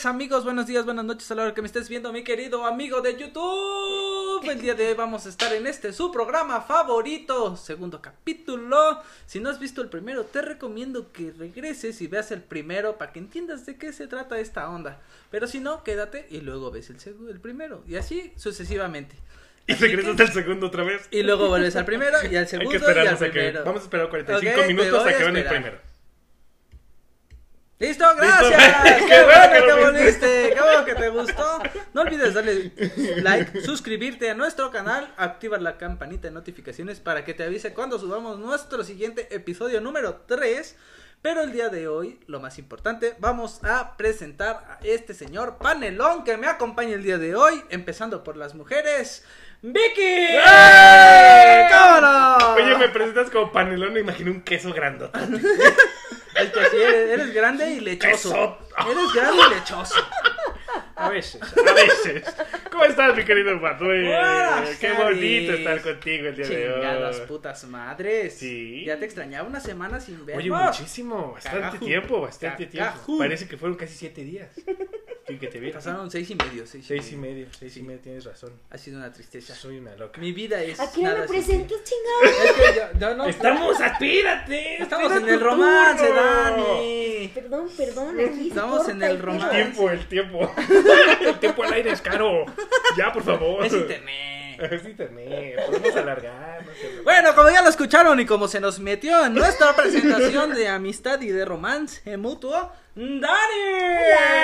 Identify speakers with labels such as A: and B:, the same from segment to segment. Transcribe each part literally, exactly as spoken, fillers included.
A: tardes, amigos, buenos días, buenas noches a la hora que me estés viendo, mi querido amigo de YouTube. El día de hoy vamos a estar en este su programa favorito, segundo capítulo. Si no has visto el primero, te recomiendo que regreses y veas el primero para que entiendas de qué se trata esta onda. Pero si no, quédate y luego ves el segundo, el primero, y así sucesivamente.
B: Y regresas al segundo otra vez.
A: Y luego vuelves al primero y al segundo.
B: Hay que esperarnos
A: y al
B: a que,
A: primero.
B: vamos a esperar cuarenta y cinco
A: Okay,
B: minutos
A: a
B: a que vean el
A: esperar.
B: primero.
A: ¡Listo! ¡Gracias!
B: Listo.
A: ¡Qué bueno que
B: Qué
A: te
B: bueno.
A: volviste! ¡Qué bueno que te gustó! No olvides darle like, suscribirte a nuestro canal, activar la campanita de notificaciones para que te avise cuando subamos nuestro siguiente episodio número tres. Pero el día de hoy, lo más importante, vamos a presentar a este señor panelón que me acompaña el día de hoy, empezando por las mujeres. ¡Vicky! ¡Eh! ¡Cómo no!
B: Oye, me presentas como panelón, me imagino un queso grandote.
A: Es que sí, eres, eres grande y lechoso.
B: Queso.
A: Eres grande y lechoso. A veces.
B: A veces. ¿Cómo estás, mi querido Manuel?
A: Buenas
B: Qué
A: tardes.
B: bonito estar contigo el día
A: Chingadas
B: de hoy.
A: putas madres.
B: Sí.
A: Ya te extrañaba una semana sin vernos.
B: Oye, muchísimo, bastante
A: Cagajú.
B: tiempo, bastante
A: Cagajú.
B: tiempo. Parece que fueron casi siete días. Sí, que te vi.
A: Pasaron seis y medio. Seis,
B: Seis y medio, seis y medio, tienes razón.
A: Ha sido una tristeza.
B: Soy una loca.
A: Mi vida es.
C: ¿A quién me
A: nada sin
C: presentas,
A: ti.
C: chingado?
A: Es que yo, yo no.
B: Estamos, aspírate.
A: Estamos
B: espera
A: en el
B: tu
A: romance,
B: turno.
A: Dani.
C: Perdón, perdón, aquí se
A: Estamos
C: corta
A: en el
C: pedo.
B: El
A: romance.
B: tiempo, el tiempo. El tiempo al aire es caro. Ya, por favor.
A: Es internet.
B: Es internet. Podemos alargar. No sé.
A: Bueno, como ya lo escucharon y como se nos metió en nuestra presentación de amistad y de romance mutuo, ¡Dani!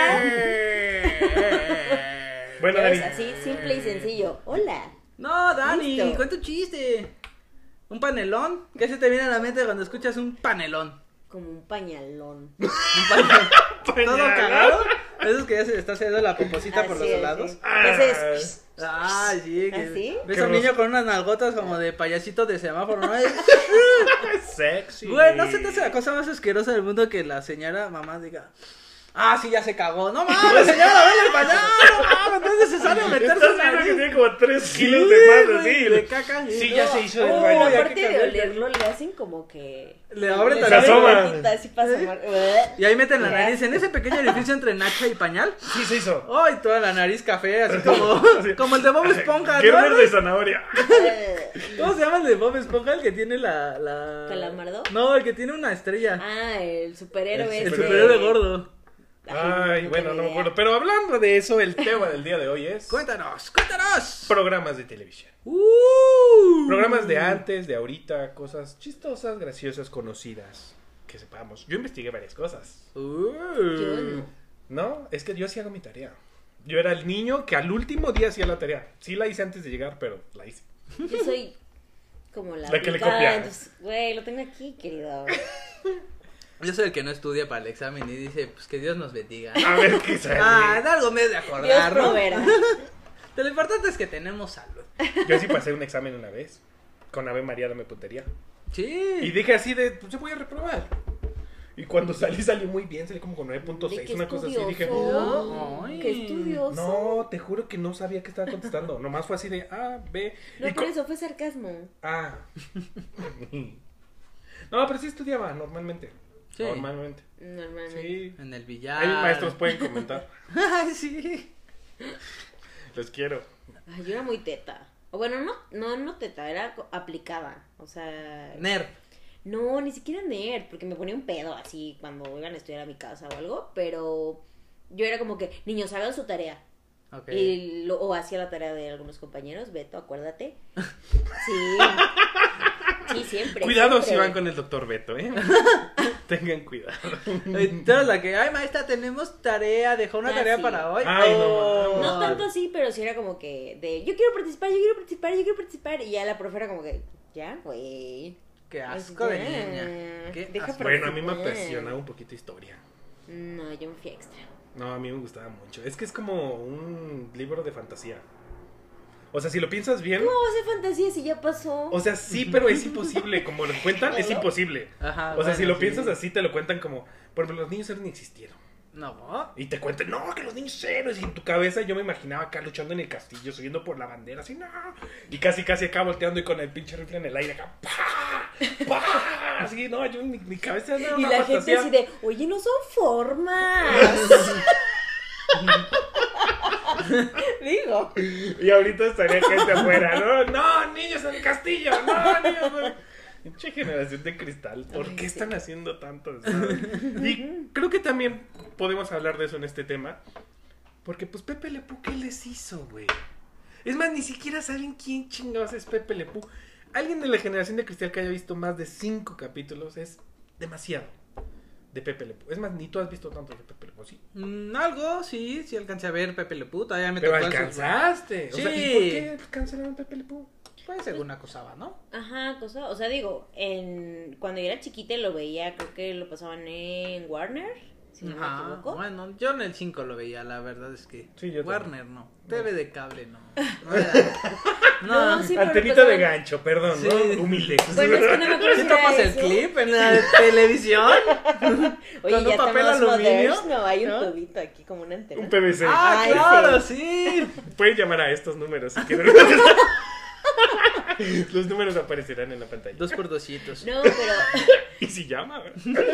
B: Bueno,
C: Ya
B: Dani.
C: ves, así, simple y sencillo. Hola.
A: No, Dani,
C: Listo.
A: cuenta un chiste. ¿Un panelón? ¿Qué se te viene a la mente cuando escuchas un panelón?
C: Como un pañalón.
A: ¿Un panelón? ¿Todo
B: Pañalón.
A: cagado? Esos que ya se le está haciendo la poposita por
C: Así
A: los
C: es,
A: lados.
C: sí.
B: Ah.
C: Ese es-
A: Ay, sí, que
C: ¿Así?
A: ves
B: Qué
A: a un niño
B: ros-
A: con unas nalgotas como de payasito de semáforo, ¿no? Ay,
B: Sexy.
A: güey, no se te hace la cosa más asquerosa del mundo que la señora mamá diga: ah, sí, ya se cagó. No mames, señora, vele el pañal. No mames, no es necesario meterse
B: Estás
A: en
B: viendo que
A: nariz.
B: tiene como tres
A: Sí,
B: kilos de más
A: güey,
B: así.
A: de caca.
B: Sí,
A: No.
B: ya se hizo del
A: Oh,
B: baño.
A: ya
C: aparte
A: que
C: de
A: cambió el-
C: olerlo, le hacen como que...
A: Le abre
C: le
A: tantito.
B: Se asoma.
C: la puntita así para asomar.
A: Y ahí meten la nariz en ese pequeño orificio entre nacha y pañal.
B: Sí, se hizo.
A: Ay, toda la nariz café, así como, como el de Bob Esponja,
B: Gerber
A: ¿no?
B: de zanahoria.
A: ¿Cómo se llama el de Bob Esponja? El que tiene la... la...
C: ¿Calamardo?
A: No, el que tiene una estrella.
C: Ah, el superhéroe
B: El
A: el
C: ese.
A: superhéroe gordo.
B: Ay, bueno,
C: tengo
B: no me
C: idea.
B: acuerdo. Pero hablando de eso, el tema del día de hoy es
A: Cuéntanos, cuéntanos.
B: programas de televisión.
A: Uh.
B: Programas de antes, de ahorita, cosas chistosas, graciosas, conocidas. Que sepamos. Yo investigué varias cosas.
A: Uh.
C: Yo no.
B: No, es que yo sí hago mi tarea. Yo era el niño que al último día hacía la tarea. Sí la hice antes de llegar, pero la hice.
C: Yo soy como la...
B: La que le
C: aplicada,
B: copia.
C: entonces, güey, lo tengo aquí, querido.
A: Yo soy el que no estudia para el examen y dice, pues que Dios nos bendiga.
B: A ver qué sale.
A: Ah, de algo me he de
C: Dios
A: acordar, ¿no?
C: proveerá.
A: Lo importante es que tenemos salud.
B: Yo sí pasé un examen una vez. Con Ave María dame puntería.
A: Sí.
B: Y dije así de, pues yo voy a reprobar. Y cuando salí, salí muy bien. Salí como con nueve punto
C: De
B: seis,
C: qué
B: una cosa así. Dije,
C: estudioso.
A: Ay.
C: Qué estudioso.
B: no, te juro que no sabía qué estaba contestando. Nomás fue así de A, B.
C: No,
B: y
C: por
B: co-
C: eso fue sarcasmo.
B: Ah. No, pero sí estudiaba normalmente.
A: Sí.
B: Normalmente.
C: Normalmente.
B: Sí.
A: En el billar.
B: Ahí maestros pueden comentar.
A: Ay, sí.
B: Les quiero.
C: Ay, yo era muy teta. O bueno, no, no, no teta, era co- aplicada. O sea,
A: Nerd.
C: no, ni siquiera nerd, porque me ponía un pedo así cuando iban a estudiar a mi casa o algo, pero yo era como que, niños, hagan su tarea.
A: Ok.
C: Y lo, o hacía la tarea de algunos compañeros, Beto, acuérdate. Sí. Sí, siempre.
B: Cuidado
C: siempre.
B: si van con el doctor Beto, ¿eh? Tengan cuidado.
A: Eh, Tú eres la que, ay, maestra, tenemos tarea, dejó una
C: Ah,
A: tarea
C: sí.
A: para hoy.
B: Ay, no,
A: Oh.
B: mames.
C: No tanto así, pero sí era como que de, yo quiero participar, yo quiero participar, yo quiero participar. Y ya la profe era como que, ya, güey.
A: Qué asco de
C: Ya.
A: niña. Qué
C: Deja
A: asco.
B: Bueno, a mí me
C: participar.
B: apasionaba un poquito historia.
C: No, yo me fui extra.
B: No, a mí me gustaba mucho. Es que es como un libro de fantasía. O sea, si lo piensas bien.
C: ¿Cómo va a ser fantasía si ya pasó?
B: O sea, sí, pero es imposible. Como lo cuentan, es imposible.
A: Ajá,
B: O sea,
A: bueno,
B: si lo
A: sí.
B: piensas así, te lo cuentan como. Por ejemplo, los niños héroes ni existieron.
A: No.
B: Y te cuentan, no, que los niños héroes. Y en tu cabeza yo me imaginaba acá luchando en el castillo, subiendo por la bandera, así, no. Y casi, casi acá volteando y con el pinche rifle en el aire, acá, ¡pah! ¡pah! Así, no, yo en mi, mi cabeza era
C: y
B: una
C: la
B: fantasía.
C: gente así de, oye, no son formas. Digo.
B: Y ahorita estaría gente afuera, ¿no? No, niños en el castillo, no, niños en el... Pinche generación de cristal, ¿por
C: Ay,
B: qué
C: sí.
B: están haciendo tanto desmadre? Y creo que también podemos hablar de eso en este tema. Porque pues Pepe Le Pew, ¿qué les hizo, güey? Es más, ni siquiera saben quién chingados es Pepe Le Pew. Alguien de la generación de cristal que haya visto más de cinco capítulos es demasiado de Pepe Le Pew. Es más, ni tú has visto tanto de Pepe Le Pew, ¿sí?
A: Mm, algo, sí, sí alcancé a ver Pepe Le Pew, todavía me
B: Pero
A: tocó en sus-
B: alcanzaste. O sea, ¿y
A: Sí.
B: por qué cancelaron Pepe Le Pew?
A: Pues según acusaba, ¿no?
C: Ajá, cosa, o sea, digo, en cuando yo era chiquita lo veía, creo que lo pasaban en Warner, si no me
A: Ajá,
C: equivoco.
A: bueno, yo en el cinco lo veía, la verdad es que
B: Sí, yo
A: Warner no, T V de cable no. No,
C: No,
A: era-
C: sí, pero
B: Antenita
C: lo
B: de
C: pasaban-
B: gancho, perdón,
A: Sí.
B: ¿no? Humilde.
C: Bueno, es que no me acuerdo
A: ¿Sí
C: si era
A: tomas el
C: eso.
A: clip en la televisión?
C: Oye,
A: con un
C: ya
A: papel
C: estamos
A: aluminio,
C: modernos, no, hay un
A: ¿no?
C: tubito aquí como una antena.
B: Un P V C.
A: ¡Ah,
C: Ay,
A: claro, sí!
B: Pueden llamar a estos números si quieren. Los números aparecerán en la pantalla.
A: Dos por dositos.
C: No, pero
B: Y si llama.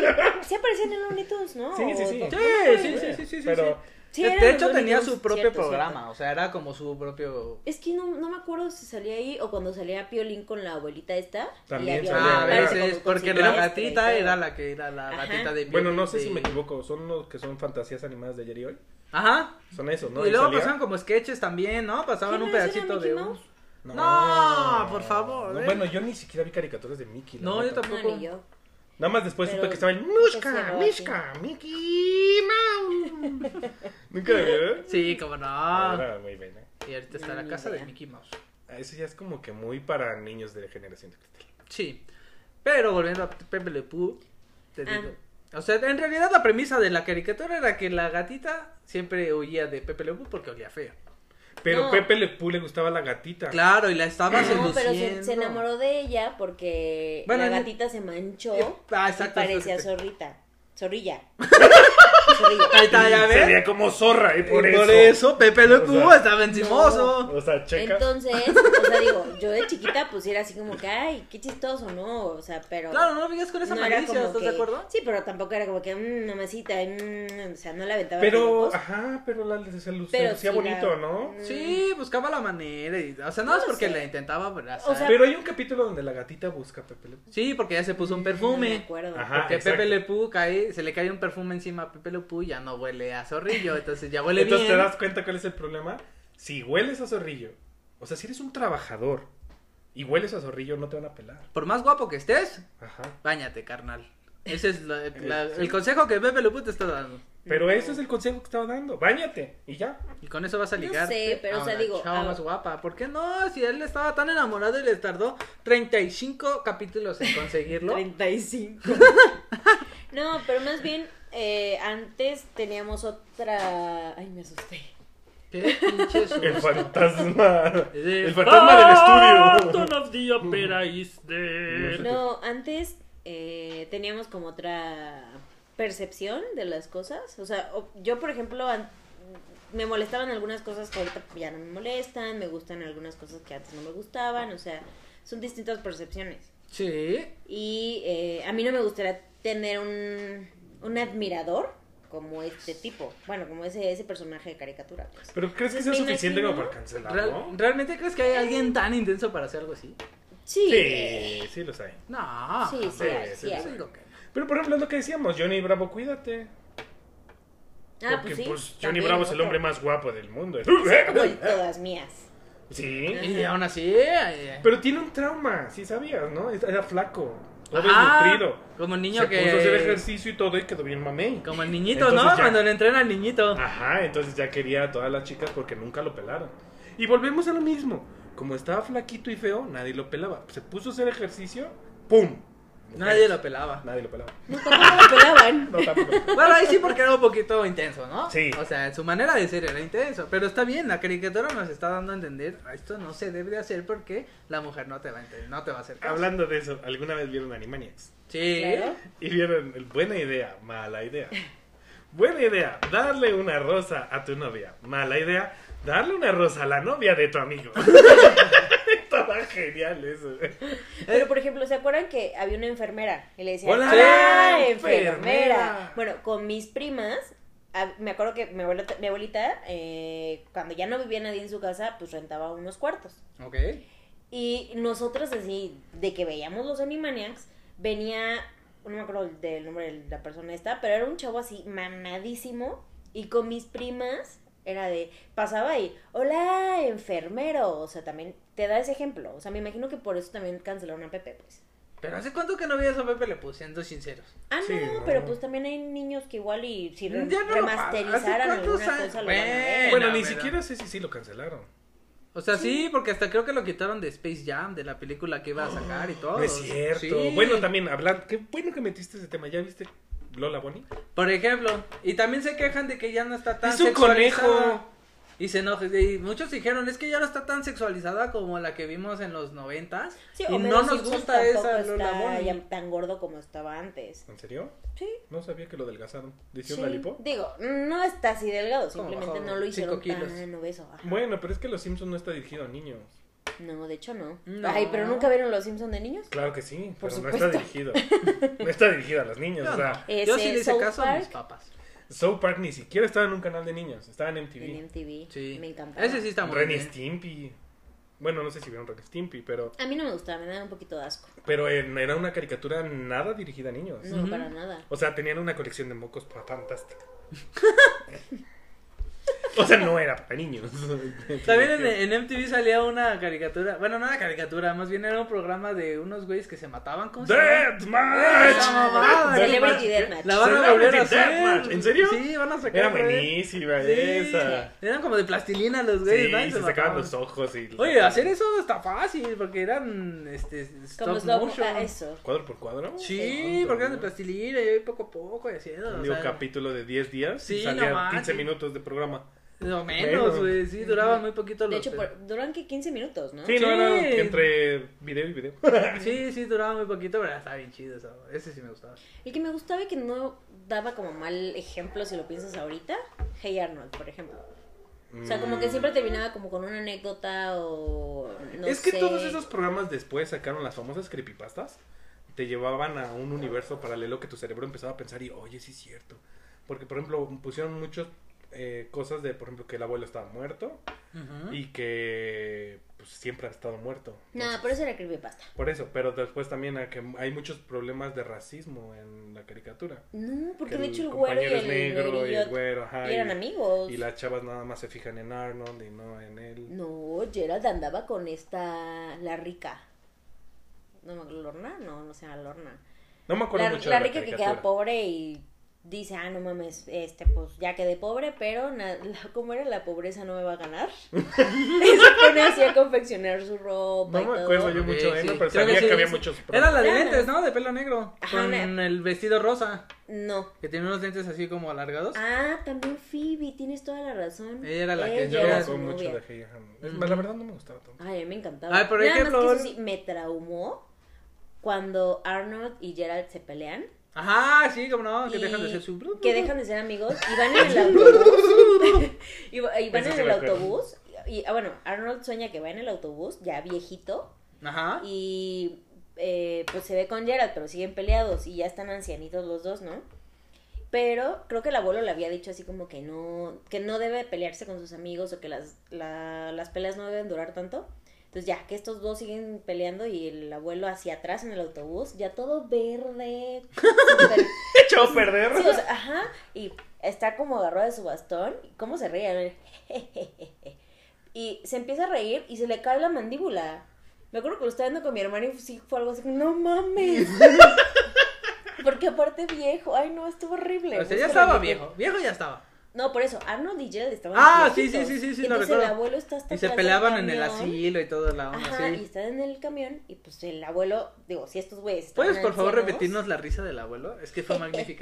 C: sí aparecían en Looney Tunes, ¿no?
B: Sí, sí, sí.
C: O-
A: Sí, sí, sí, sí, sí, sí.
B: Pero
C: Sí,
A: de
C: eran
A: de
C: los
A: hecho
C: Looney
A: tenía
C: Tunes,
A: su propio
C: cierto,
A: programa,
C: cierto.
A: o sea, era como su propio...
C: Es que no, no me acuerdo si salía ahí o cuando salía Piolín con la abuelita esta.
B: También
C: y había
B: salía.
A: Ah, a
C: una parte
A: veces,
C: como
A: porque
C: con
A: la
C: silvestre y
A: gatita
C: todo.
A: era la que era la
C: Ajá.
A: gatita de
B: bueno, no sé
A: de-
B: si me equivoco. Son los que son fantasías animadas de ayer y hoy.
A: Ajá.
B: Son esos, ¿no?
A: Y luego
B: salía-
A: pasaban como sketches también, ¿no? Pasaban
C: ¿Quién
A: un
C: no era
A: pedacito
C: Mickey
A: de...
C: Mouse?
A: un- No, por favor,
B: No,
A: eh.
B: bueno, yo ni siquiera vi caricaturas de Mickey. la
A: No, yo
B: neta.
A: tampoco.
C: No, ni yo.
B: Nada más después
C: Pero
B: supe que estaba el
C: pues
B: Mushka,
C: cerró
B: Mishka, Mickey Mouse. ¿Nunca la vieron?
A: Sí, como
B: Ah,
A: no.
B: era muy buena.
A: Y ahorita está
C: No,
A: la
C: ni
A: casa de
C: idea.
A: Mickey Mouse.
B: Ah, Eso ya es como que muy para niños de generación de cristal.
A: Sí. Pero volviendo a Pepe Le Pew, te
C: Ah.
A: digo. O sea, en realidad la premisa de la caricatura era que la gatita siempre huía de Pepe Le Pew porque olía feo.
B: Pero
C: No.
B: Pepe Le Pew le gustaba la gatita.
A: Claro, y la estaba
C: No,
A: seduciendo.
C: pero se, se enamoró de ella porque
A: Bueno,
C: la
A: en-
C: gatita se manchó
A: Eh, ah,
C: y
A: exacto,
C: parecía
A: exacto.
C: zorrita. Zorrilla. Zorrilla.
A: Ahí está, ya
B: Se
A: ves.
B: veía como zorra y por,
A: Y
B: eso.
A: por eso Pepe Le
B: O
A: Pew
B: sea,
A: estaba encimoso.
B: O sea, checa.
C: Entonces, o sea, digo, yo de chiquita pues era así como que, ay, qué chistoso, ¿no? O sea, pero...
A: Claro, no lo veías con esa
C: no era
A: malicia,
C: como
A: ¿estás
C: que-
A: de acuerdo?
C: Sí, pero tampoco era como que, mmm, mamacita, mm, o sea, no la aventaba.
B: Pero,
C: piropos.
B: ajá, pero la se lucía
C: Pero
B: lucía
C: sí
B: bonito,
C: la-
B: ¿no?
C: Mm.
A: Sí, buscaba la manera. Y, o sea, no,
C: No
A: es porque
C: sé.
A: la intentaba abrazar.
C: O sea,
B: Pero hay un capítulo donde la gatita busca a Pepe Le Pew.
A: Sí, porque ya se puso un
C: No me
A: perfume.
C: acuerdo.
B: Ajá.
A: Porque
B: exacto.
A: Pepe Le Pew cae, se le cae un perfume encima a Pepe Le Pew y ya no huele a zorrillo, entonces ya huele
B: Entonces,
A: bien.
B: ¿te das cuenta cuál es el problema? Si hueles a zorrillo, o sea, si eres un trabajador y hueles a zorrillo, no te van a pelar.
A: Por más guapo que estés,
B: Ajá.
A: báñate, carnal. Ese es la- la- el consejo que Pepe Le Pew te está dando.
B: Pero ese es el consejo que estaba dando. Báñate y ya.
A: Y con eso vas a
C: No
A: ligar.
C: sé, pero, o sea, digo,
A: Chava
C: ah,
A: más guapa. ¿Por qué no? Si él estaba tan enamorado y les tardó treinta y cinco capítulos en conseguirlo.
C: treinta y cinco. No, pero más bien, eh, antes teníamos otra... Ay, me asusté.
A: ¿Qué pinches?
B: El fantasma.
A: The
B: El fantasma del estudio.
A: Phantom of the Opera is there.
C: No, antes eh, teníamos como otra percepción de las cosas. O sea, o- yo, por ejemplo, an- me molestaban algunas cosas que ahorita ya no me molestan, me gustan algunas cosas que antes no me gustaban, o sea, son distintas percepciones.
A: Sí.
C: Y eh, a mí no me gustaría tener un, un admirador como este tipo, bueno, como ese ese personaje de caricatura. Pues.
B: Pero ¿crees que
C: Pues
B: sea
C: me
B: suficiente como
C: imagino-
B: para cancelarlo?
A: Real- ¿Realmente crees que hay alguien tan intenso para hacer algo así?
C: Sí.
B: Sí, sí los hay.
A: No.
C: Sí, sí,
B: Sí,
C: hay,
B: sí,
C: sí
B: sí.
C: hay.
A: Yo digo que no.
B: Pero por ejemplo, es lo que decíamos, Johnny Bravo, cuídate.
C: Ah,
B: Porque
C: pues sí.
B: pues Johnny
C: también
B: Bravo es el
C: otro.
B: hombre más guapo del mundo.
C: Como el todas mías.
B: Sí.
A: Y aún así. eh,
B: Pero tiene un trauma, sí sabías, ¿no? Era flaco, todo
A: ajá,
B: desnutrido.
A: Como el niño
B: Se
A: que.
B: puso a hacer ejercicio y todo y quedó bien mamey.
A: Como el niñito,
B: Entonces
A: ¿no?
B: ya-
A: Cuando le entrena al niñito.
B: Ajá, entonces ya quería a todas las chicas porque nunca lo pelaron. Y volvemos a lo mismo. Como estaba flaquito y feo, nadie lo pelaba. Se puso a hacer ejercicio, ¡pum!
A: Nadie lo pelaba.
B: Nadie lo pelaba.
C: No, tampoco lo pelaban.
B: No, tampoco.
A: Bueno, ahí sí porque era un poquito intenso, ¿no?
B: Sí.
A: O sea, su manera de ser era intenso. Pero está bien, la caricatura nos está dando a entender, esto no se debe de hacer porque la mujer no te va a entender, no te va a hacer caso.
B: Hablando de eso, ¿alguna vez vieron Animaniacs?
A: Sí.
C: Claro.
B: Y vieron, el- buena idea, mala idea. Buena idea, darle una rosa a tu novia. Mala idea, darle una rosa a la novia de tu amigo. Estaba genial eso.
C: Pero, por ejemplo, ¿se acuerdan que había una enfermera? Y le decían,
B: ¡Hola,
C: ¡Hola,
B: enfermera!
C: enfermera! Bueno, con mis primas, a- me acuerdo que mi abuelita, mi abuelita eh, cuando ya no vivía nadie en su casa, pues rentaba unos cuartos.
A: Ok.
C: Y nosotros así, de que veíamos los Animaniacs, venía, no me acuerdo del nombre de la persona esta, pero era un chavo así mamadísimo, y con mis primas era de, pasaba y, hola, enfermero, o sea, también te da ese ejemplo, o sea, me imagino que por eso también cancelaron a Pepe, pues.
A: Pero ¿hace cuánto que no veías a Pepe Le Pew, siendo sinceros?
C: Ah,
B: Sí,
C: no,
B: no.
C: pero pues también hay niños que igual y si re-
A: Ya no lo
C: remasterizaran
A: pa- ¿hace cuántos
C: alguna
A: años?
C: cosa lo van a ver.
A: Bueno,
B: Bueno, ni
A: pero-
B: siquiera sé si sí lo cancelaron.
A: O sea, sí, porque hasta creo que lo quitaron de Space Jam, de la película que iba a sacar y todo.
B: No es cierto.
A: Sí.
B: Bueno, también hablando, qué bueno que metiste ese tema. ¿Ya viste Lola Bonnie?
A: Por ejemplo, y también se quejan de que ya no está tan
B: Es un
A: sexualizada.
B: conejo.
A: Y se enoja, y muchos dijeron, es que ya no está tan sexualizada como la que vimos en los noventas.
C: Sí,
A: y
C: Homero
A: no nos
C: Simpson
A: gusta
C: tampoco
A: esa Lola
C: está
A: Bonnie.
C: ya tan gordo como estaba antes.
B: ¿En serio?
C: Sí.
B: No sabía que lo delgazaron. ¿Dice
C: Sí.
B: una lipo?
C: Digo, no está así delgado, simplemente
A: bajó
C: no lo hicieron
A: cinco kilos.
C: tan obeso. Ajá.
B: Bueno, pero es que Los Simpsons no está dirigido a niños.
C: No, de hecho no.
A: No.
C: Ay, pero ¿nunca vieron Los Simpsons de niños?
B: Claro que sí,
C: Por
B: pero no
C: supuesto.
B: está dirigido. No está dirigido a los niños.
A: Yo,
B: o sea,
A: no. Yo
C: Ese
A: sí le hice
C: South
A: caso a mis
C: Park.
A: papás.
B: South Park ni siquiera estaba en un canal de niños, estaba en M T
C: En
B: V.
C: M T V.
A: Sí.
C: Me encantaba.
A: Ese sí está muy
B: Ren y
A: bien.
B: Stimpy. Bueno, no sé si vieron Ren y Stimpy, pero,
C: A mí no me gustaba, me daba un poquito de asco.
B: pero en- era una caricatura nada dirigida a niños.
C: No,
A: Ujú.
C: para nada.
B: O sea, tenían una colección de mocos pa- fantástica. O sea, no era para niños.
A: También en, en M T V salía una caricatura, bueno, no era caricatura, más bien era un programa de unos güeyes que se mataban, ¿cómo se llama?
B: Deathmatch.
A: Esa mamada,
C: Celebrity
B: Deathmatch.
C: Deathmatch.
A: La van a volver a
B: Celebrity Deathmatch.
A: hacer.
B: ¿En serio?
A: Sí, van a sacar.
B: Era
A: otra vez.
B: buenísima
A: Sí.
B: esa.
A: Eran como de plastilina los
B: Sí,
A: güeyes, ¿no? Y
B: se sacaban
A: mataban.
B: los ojos y...
A: Oye, hacer eso está fácil, porque eran este
C: Como
A: stop
C: slow
A: motion.
C: ah, eso.
B: ¿Cuadro por cuadro?
A: Sí, porque eran de plastilina y poco a poco y haciendo.
B: Un
A: o
B: digo,
A: sea,
B: capítulo de diez días
A: Sí,
B: y
A: no
B: salía
A: manches.
B: quince minutos de programa.
A: No menos,
B: Menos.
A: güey, sí, duraban muy poquito los.
C: De hecho, por, duran que quince minutos, ¿no?
B: Sí, no,
A: Sí.
B: no, entre video y video.
A: Sí, sí, duraban muy poquito, pero estaba bien chido eso. Ese sí me gustaba.
C: El que me gustaba y que no daba como mal ejemplo si lo piensas ahorita, Hey Arnold, por ejemplo. O sea, como que siempre terminaba como con una anécdota o no
B: es que
C: sé.
B: todos esos programas después sacaron las famosas creepypastas. Te llevaban a un universo paralelo que tu cerebro empezaba a pensar y, oye, sí es cierto. Porque, por ejemplo, pusieron muchas eh, cosas de, por ejemplo, que el abuelo estaba muerto
A: Ujú.
B: y que pues, siempre ha estado muerto.
C: No,
B: Entonces,
C: por eso era creepypasta.
B: por eso, pero después también hay, que hay muchos problemas de racismo en la caricatura.
C: No, porque
B: Que
C: de hecho el güero y
B: compañero es
C: el
B: negro y el
C: güerillo
B: güero, ajá,
C: y eran
B: y-
C: amigos.
B: Y las chavas nada más se fijan en Arnold y no en él.
C: No, Gerald andaba con esta, la rica. No, Lorna, no, no se llama Lorna.
B: No me acuerdo
C: La,
B: mucho
C: la
B: de la
C: rica que
B: caricatura.
C: queda pobre y dice, ah, no mames, este, pues ya quedé pobre, pero na- la- ¿cómo era? La pobreza no me va a ganar. Y se pone así a confeccionar su ropa
B: No
C: y
B: me
C: todo.
B: acuerdo yo
A: Ok,
B: mucho de él,
A: sí.
B: pero
A: Creo que
B: sabía que,
A: sí,
B: había
A: sí.
B: muchos
A: Era la de
C: Claro.
A: lentes, ¿no? De pelo negro.
C: Ajá,
A: Con
C: una-
A: el vestido rosa.
C: No.
A: Que tenía unos lentes así como alargados.
C: Ah, también Phoebe, tienes toda la razón.
A: Ella era la que
C: Ella
B: Yo
C: era
B: me
C: su
B: acuerdo mucho
C: novia.
B: de Hey Arnold. Es
A: Ujú.
B: más, la verdad no me gustaba tanto.
C: Ay, a mí me encaba.
A: Ay, por
C: Nada
A: ejemplo,
C: más que eso sí, me traumó cuando Arnold y Gerald se pelean.
A: Ajá, sí, como no, que
C: y
A: dejan de ser su.
C: que dejan de ser amigos y van en el autobús y, va- y van
B: Eso
C: en
B: sí
C: el
B: me acuerdo.
C: autobús y ah, bueno, Arnold sueña que va en el autobús ya viejito
A: Ajá.
C: y eh, pues se ve con Gerald pero siguen peleados y ya están ancianitos los dos, ¿no? Pero creo que el abuelo le había dicho así como que no que no debe pelearse con sus amigos o que las, la- las peleas no deben durar tanto. Entonces ya que estos dos siguen peleando y el abuelo hacia atrás en el autobús, ya todo verde, súper-
B: Echó a perder.
C: sí, o sea, ajá, y está como agarrado de su bastón, y cómo se ríe, y se empieza a reír y se le cae la mandíbula. Me acuerdo que lo estaba viendo con mi hermano y sí fue algo así como, no mames. Porque aparte viejo, ay no, estuvo horrible.
A: O sea, ya
C: Búscalo
A: estaba
C: en
A: viejo.
C: YouTube.
A: Viejo ya estaba.
C: No, por eso, Arnold y Gerald estaban
A: Ah, sí,
C: viejitos.
A: sí, sí, sí, sí,
C: Y
A: lo
C: entonces el
A: recuerdo.
C: abuelo está hasta
A: Y se
C: atrás del
A: peleaban en el
C: camión.
A: asilo y toda la onda,
C: Ajá, y
A: sí.
C: están en el camión y pues el abuelo, digo, si estos güeyes están
A: ¿Puedes por favor
C: ancianos,
A: repetirnos la risa del abuelo? Es que fue magnífica.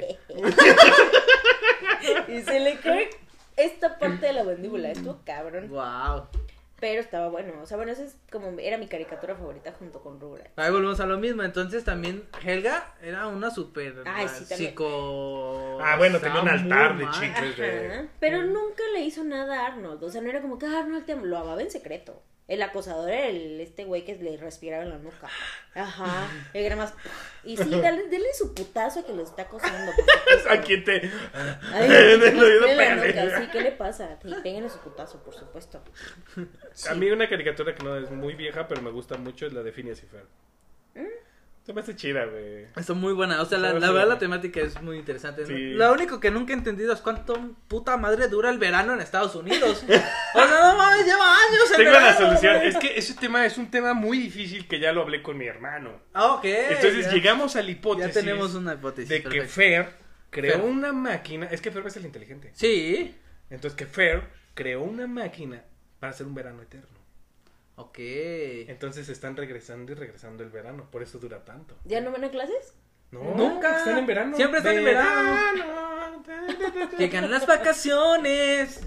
C: y se le cae esta parte de la mandíbula, estuvo cabrón.
A: Wow.
C: Pero estaba bueno, o sea, bueno, esa es como, era mi caricatura favorita junto con Rugrats.
A: Ahí volvemos a lo mismo. Entonces también Helga era una super
C: Ay, sí, también.
A: psico.
B: Ah, bueno, tenía un
A: Estaba muy
B: altar de
A: mal.
B: chicles.
C: Ajá, pero nunca le hizo nada a Arnold, o sea, no era como que "Ah, Arnold te am-". Lo amaba en secreto. El acosador era el, este güey que le respiraba en la nuca. Ajá. El que era más... Y sí, dale, dale su putazo a que lo está acosando. Por supuesto.
B: ¿A quién te...?
C: Ay,
B: En
C: que
B: el
C: le
B: oído,
C: respire en la
B: pégale.
C: nuca. Sí, ¿qué le pasa? Sí, péguenle su putazo, por supuesto.
B: A mí una caricatura que no es muy vieja, pero me gusta mucho, es la de Phineas y Ferb. Se me hace chida, güey.
A: Está muy buena, o sea, la,
B: Está
A: la
B: muy
A: verdad
B: buena.
A: la temática es muy interesante. ¿no?
B: Sí.
A: Lo único que nunca he entendido es cuánto puta madre dura el verano en Estados Unidos. O sea, no mames, lleva años el
B: Tengo
A: verano,
B: la solución.
A: güey.
B: Es que ese tema es un tema muy difícil que ya lo hablé con mi hermano.
A: Ah, ok.
B: Entonces
A: ya,
B: llegamos a la hipótesis
A: ya tenemos una hipótesis.
B: de que
A: perfecto.
B: Fer creó
A: Fer.
B: una máquina. Es que Fer es el inteligente.
A: Sí.
B: Entonces que Fer creó una máquina para hacer un verano eterno.
A: Ok.
B: Entonces están regresando y regresando el verano. Por eso dura tanto.
C: ¿Ya no van a clases?
B: No,
A: Nunca.
B: Están en verano.
A: Siempre están en
B: verano.
A: Llegan las vacaciones.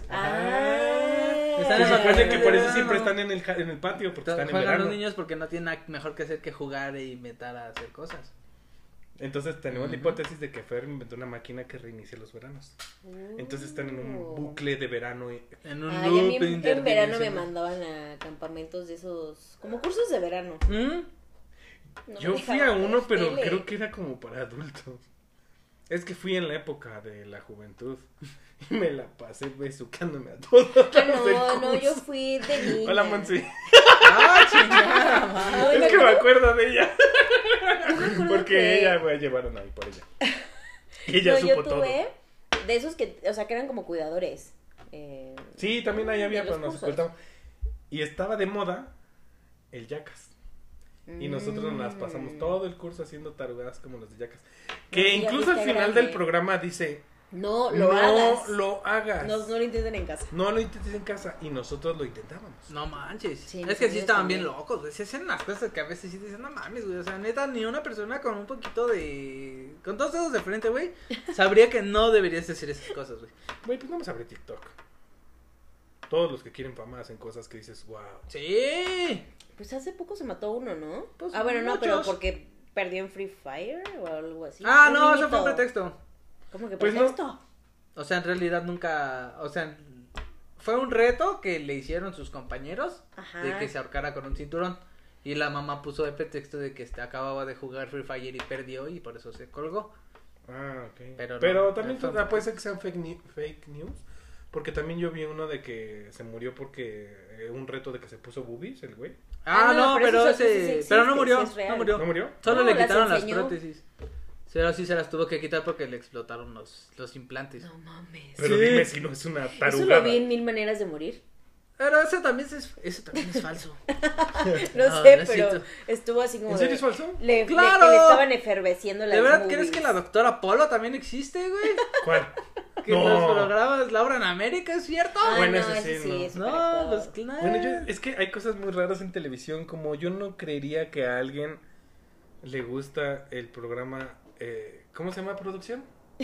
C: Ah.
A: Están
B: Se
A: en
B: supone que por eso
A: verano.
B: siempre están en el, ja- en el patio, porque están en
A: Juegan
B: verano.
A: los niños porque no tienen nada mejor que hacer que jugar e inventar a hacer cosas.
B: Entonces tenemos la
A: Ujú.
B: hipótesis de que Fer inventó una máquina que reinicia los veranos. Entonces están en un bucle de verano. y-
A: En un
C: Ay, a mí
A: loop
C: en, en verano me
A: interdimensional.
C: mandaban a campamentos de esos, como cursos de verano.
A: ¿Mm?
C: No me
B: Yo fui a
C: dejaban
B: uno,
C: ver
B: pero
C: tele.
B: creo que era como para adultos. Es que fui en la época de la juventud y me la pasé besucándome a todos.
C: Ah,
B: los del
C: no, no, yo
B: curso.
C: fui de niña.
B: Hola, Monsi.
A: ¡Ah, chingada madre!
C: Ay,
B: Es que me acuerdo de ella.
C: Yo me acuerdo
B: Porque
C: que-
B: ella me llevaron ahí por ella. Y ella
C: No,
B: supo
C: yo
B: todo.
C: tuve de esos que, o sea, que eran como cuidadores. Eh,
B: Sí, también ahí había,
C: de los
B: pero nos
C: cursos.
B: ocultaban. Y estaba de moda el Yacas. Y nosotros nos las pasamos
C: Mm.
B: todo el curso haciendo tarugadas como los de Yacas.
C: No,
B: Que
C: sí, ya
B: incluso al
C: fuiste
B: final
C: grande.
B: del programa dice:
C: No, lo
B: no
C: hagas.
B: lo hagas.
C: No, no lo intenten en casa.
B: No lo intentes en casa. Y nosotros lo intentábamos.
A: No manches.
C: Sí,
A: es
C: mis
A: que sí
C: amigos
A: estaban
C: también.
A: bien locos, güey. Se hacen unas cosas que a veces sí dicen, no mames, güey. O sea, neta, ni una persona con un poquito de. Con dos dedos de frente, güey, sabría que no deberías decir esas cosas, güey.
B: Güey, pues vamos a abrir TikTok. Todos los que quieren fama hacen cosas que dices, wow.
A: Sí.
C: Pues hace poco se mató uno, ¿no?
A: Pues,
C: ah, bueno, no, pero
A: muchos.
C: porque perdió en Free Fire o algo así.
A: Ah,
C: Un
A: no, eso
C: niñito.
A: fue un pretexto.
C: ¿Cómo que
B: Pues no.
C: pretexto?
A: O sea, en realidad nunca. O sea, fue un reto que le hicieron sus compañeros
C: Ajá.
A: de que se ahorcara con un cinturón. Y la mamá puso de pretexto de que este acababa de jugar Free Fire y perdió y por eso se colgó.
B: Ah, ok.
A: Pero
B: Pero,
A: no,
B: también
A: fue-
B: ah, puede ser que sean fake, ni- fake news. Porque también yo vi uno de que se murió porque eh, un reto de que se puso boobies, el güey.
A: Ah,
C: Ah, no,
A: no,
C: pero
A: pero
C: eso-
A: ese.
C: eso sí existe,
A: pero no
C: sí
A: murió,
C: es real.
A: no murió.
B: ¿No murió?
A: Solo
C: No,
A: le
C: las
A: quitaron las
C: enseñó.
A: prótesis. Pero sí se las tuvo que quitar porque le explotaron los, los implantes.
C: No mames.
B: Pero
A: Sí.
B: dime si no es una
C: Eso
B: tarugada.
C: lo vi en Mil Maneras de Morir.
A: Pero eso también es, eso también es falso.
C: No,
A: No,
C: sé,
A: no es
C: pero
A: cierto.
C: estuvo así como
B: ¿En serio
C: de-
B: es falso?
C: Le, le-
A: ¡Claro!
C: que le estaban efervesciendo las
A: ¿De verdad
C: movies.
A: crees que la doctora Polo también existe, güey?
B: ¿Cuál?
A: Que
B: No.
A: los programas Laura en América, ¿es cierto?
C: Ah,
B: Bueno,
C: no,
B: ese
C: ese
B: sí,
C: sí,
B: no.
C: es
A: No,
C: superactuado.
A: pues claro.
B: Bueno, yo, es que hay cosas muy raras en televisión, como yo no creería que a alguien le gusta el programa, eh, ¿cómo se llama producción?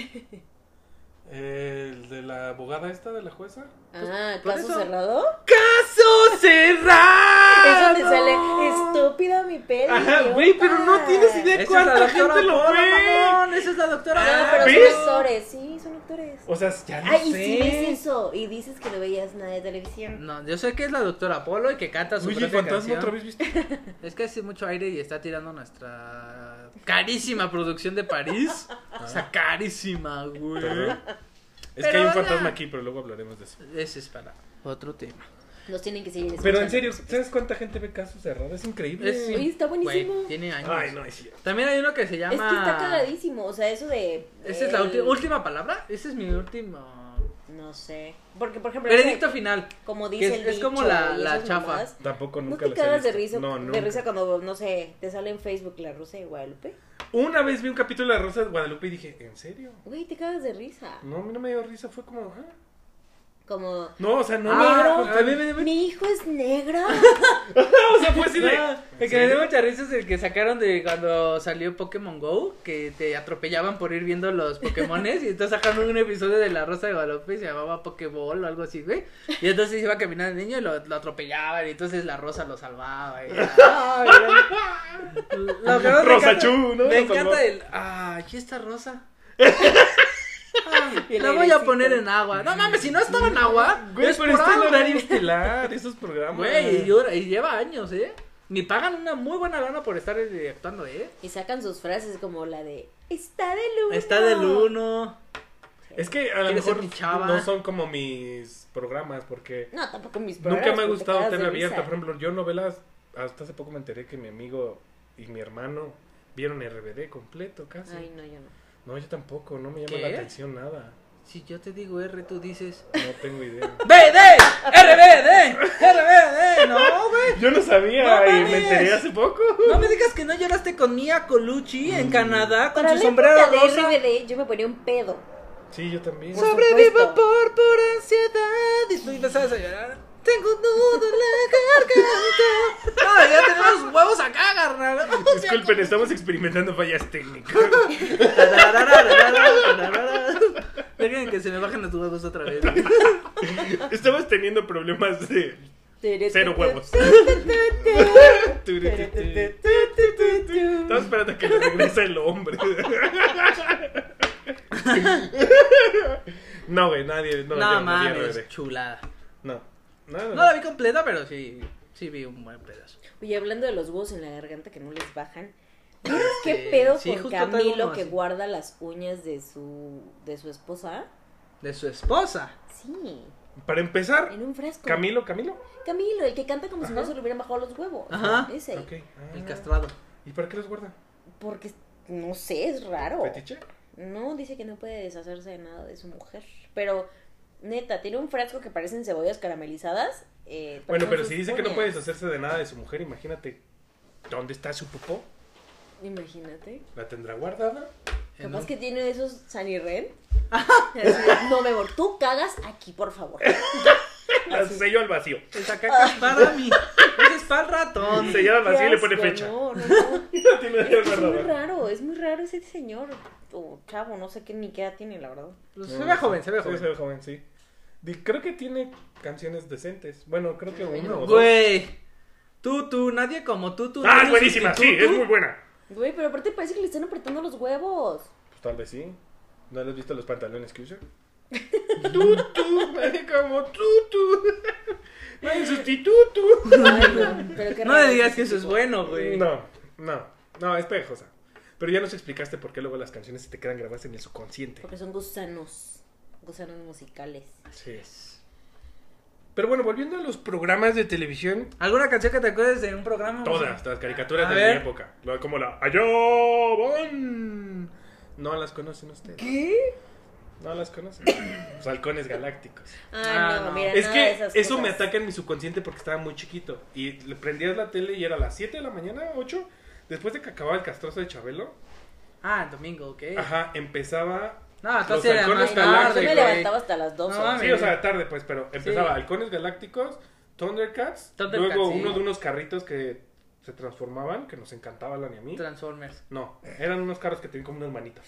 B: El de la abogada esta, de la jueza.
C: Ah,
A: por
C: ¿caso
A: eso.
C: cerrado?
A: ¡Caso cerrado!
C: Es donde sale estúpida mi peli.
B: Ajá,
C: idiota.
B: güey, pero no tienes idea
A: Esa es
B: cuánta
A: la doctora
B: gente lo
A: Polo,
B: ve.
A: mamón, esa es la doctora
C: No,
B: Ah,
C: pero
B: ¿ves?
C: son actores, sí, son actores.
B: O sea, ya no
C: Ay, y
B: sé.
C: si ves eso y dices que no veías nada de televisión.
A: No, yo sé que es la doctora Polo y que canta su
B: Oye,
A: propia
B: fantasma
A: canción.
B: otra vez viste.
A: Es que hace mucho aire y está tirando nuestra carísima producción de París. O sea, carísima, güey.
B: Perdón. Es
A: Pero
B: que hay un
A: ya.
B: fantasma aquí, pero luego hablaremos de eso.
A: Ese es para otro tema.
C: Nos tienen que seguir
B: Pero en
C: escuchando.
B: serio, ¿sabes cuánta gente ve casos cerrados? Es increíble.
A: Es-
C: Oye, está buenísimo.
A: Güey, tiene años.
B: Ay, no, es cierto.
A: También hay uno que se llama...
C: Es que está cagadísimo, o sea, eso de...
A: ¿Esa es la
C: el-
A: ulti- última palabra? Ese es mi último...
C: No sé. Porque, por ejemplo...
A: Veredicto
C: ese-
A: final.
C: Como
A: que
C: dice
A: es-
C: el
A: es como
C: dicho
A: la-
C: y
A: la
C: esas
A: chafa.
C: mamadas,
B: Tampoco
C: ¿No
B: nunca
C: te
B: las he
C: cagas de
B: visto.
C: risa,
B: No,
C: de
B: nunca.
C: risa cuando, no sé, te sale en Facebook La Rosa de Guadalupe?
B: Una vez vi un capítulo de La Rosa de Guadalupe y dije, ¿en serio?
C: Güey, te cagas de risa.
B: No, a mí no me dio risa, fue como, ah.
C: Como...
B: No, o sea, no
A: Ah,
B: me...
A: a mí me dio...
C: Mi hijo es negro.
B: O sea, fue así de...
A: No, el que me dio mucha risa es el que sacaron de cuando salió Pokémon Go, que te atropellaban por ir viendo los Pokémones, y entonces sacaron un episodio de La Rosa de Guadalupe y se llamaba Pokéball o algo así, güey. Y entonces iba caminando el niño y lo, lo atropellaban, y entonces la Rosa lo salvaba. Y, ay, lo que más me
B: Rosa
A: encanta-
B: Chu, ¿no?
A: Me
B: Lo salvó.
A: encanta el... Ay, ¿y esta Rosa?
C: Y el
A: La voy a
C: airecito.
A: poner en agua. No mames, si no estaba en agua,
B: Güey,
A: es
B: pero
A: por
B: está en
A: algo.
B: horario estelar, esos programas.
A: Güey, y, dura- y lleva años, ¿eh? Me pagan una muy buena lana por estar eh, actuando, ¿eh?
C: Y sacan sus frases como la de está del uno.
A: Está del uno.
B: Es que a lo
A: ¿Quieres ser
B: mejor
A: mi chava?
B: no son como mis programas, porque
C: No, tampoco mis
B: nunca
C: programas,
B: me ha
C: porque te
B: gustado
C: cagas
B: tele
C: de
B: abierta.
C: risa.
B: Por ejemplo, yo novelas, hasta hace poco me enteré que mi amigo y mi hermano vieron R B D completo casi.
C: Ay, no, yo no.
B: No, yo tampoco, no me llama
A: ¿Qué?
B: la atención nada.
A: Si yo te digo R, tú dices
B: No tengo idea.
A: B D, R B D, R B D. No, güey.
B: Yo no sabía
A: No
B: y me
A: mames.
B: enteré hace poco.
A: No me digas que no lloraste con Mia Colucci en Canadá con
C: Para
A: su
C: la
A: sombrero
C: época de
A: rosa.
C: R B D yo me ponía un pedo.
B: Sí, yo también.
C: Por
A: Sobrevivo
C: supuesto.
A: por pura ansiedad. Y tú empezabas a llorar. Tengo un nudo en la garganta. Ah, ya tenemos huevos acá, carnal.
B: Disculpen, estamos experimentando fallas técnicas.
A: Dejen que se me bajen los huevos otra vez.
B: Estamos teniendo problemas de cero huevos. Estamos esperando a que le regrese el hombre. No, güey, nadie. No,
A: No,
B: yo no vi
A: mames,
B: R B D.
A: chulada.
B: No, no,
A: No la vi completa, pero sí, sí vi un buen pedazo.
C: Oye, hablando de los huevos en la garganta que no les bajan. ¿Vieron
A: Sí,
C: qué pedo
A: sí,
C: con
A: justo traigo
C: Camilo
A: uno
C: que
A: así.
C: guarda las uñas de su de su esposa?
A: De su esposa.
C: Sí,
B: Para empezar,
C: en un frasco.
B: Camilo, Camilo.
C: Camilo, el que canta como si
B: Ajá.
C: no se le hubieran bajado los huevos.
A: Ajá.
C: Ese.
B: Ok. Ah.
A: El castrado.
B: ¿Y para qué los guarda?
C: Porque, no sé, es raro.
B: ¿Fetiche?
C: No, dice que no puede deshacerse de nada de su mujer. Pero, neta, tiene un frasco que parecen cebollas caramelizadas. Eh,
B: Bueno,
C: son
B: pero
C: sus
B: si dice que no
C: uñas.
B: puede deshacerse de nada de su mujer, imagínate dónde está su popó.
C: Imagínate.
B: ¿La tendrá guardada?
A: En
C: Capaz
A: un-
C: que tiene esos Sanirren. No, mi amor, tú cagas aquí, por favor.
B: La sello al vacío.
A: Esa caca es para mí. Ese es para el ratón.
B: Sellado al
C: Qué
B: vacío y le pone
C: asco,
B: fecha.
C: No, no, no.
B: No tiene nada
C: Es muy
B: guardado.
C: raro, es muy raro ese señor. O chavo, no sé qué ni qué edad tiene, la verdad.
A: Pues
B: No,
A: se ve joven, se ve
B: sí,
A: joven.
B: se ve joven, sí. Di- Creo que tiene canciones decentes. Bueno, creo que uno o dos.
A: Güey. Tú, tú, nadie como tú, tú.
B: Ah,
A: nadie
B: es buenísima, sí,
A: sustituto.
B: es muy buena.
C: Güey, pero aparte parece que le están apretando los huevos.
B: Pues tal vez sí. ¿No le has visto los pantalones que usa? Tú, tú, nadie como tú, tú. No hay sustituto.
C: Ay, no, pero qué
A: No
C: raro
A: le digas
C: ese
A: que eso es
C: tipo.
A: bueno, güey.
B: No, no, no, es pegajosa. Pero ya nos explicaste por qué luego las canciones se te quedan grabadas en el subconsciente.
C: Porque son gusanos. Gusanos musicales.
B: Así es. Pero bueno, volviendo a los programas de televisión,
A: ¿Alguna canción que te acuerdes de un programa?
B: todas las caricaturas
A: A
B: de
A: ver.
B: mi época. Lo- Como la Allá van. No las conocen ustedes.
A: ¿Qué?
B: No las conocen. Los halcones galácticos.
C: Ah,
A: Ah,
C: no,
A: no.
C: mira,
B: Es
C: nada de
B: que
C: esas
B: eso me
C: cosas.
B: ataca en mi subconsciente porque estaba muy chiquito. Y le prendías la tele y era a las siete de la mañana, ocho. Después de que acababa el castroso de Chabelo.
A: Ah, el domingo, ok.
B: Ajá, empezaba.
A: No,
B: Los
A: entonces era
B: halcones
A: más
C: Ay, no,
A: tarde,
C: yo me
A: güey.
C: levantaba hasta las doce.
A: No mames.
B: Sí, o sea, tarde pues, pero empezaba
A: Sí.
B: Halcones Galácticos, Thundercats,
A: Thundercats,
B: luego
A: sí.
B: uno de unos carritos que se transformaban, que nos encantaba a Lani y a mí.
A: Transformers.
B: No, eran unos carros que tenían como unas manitas.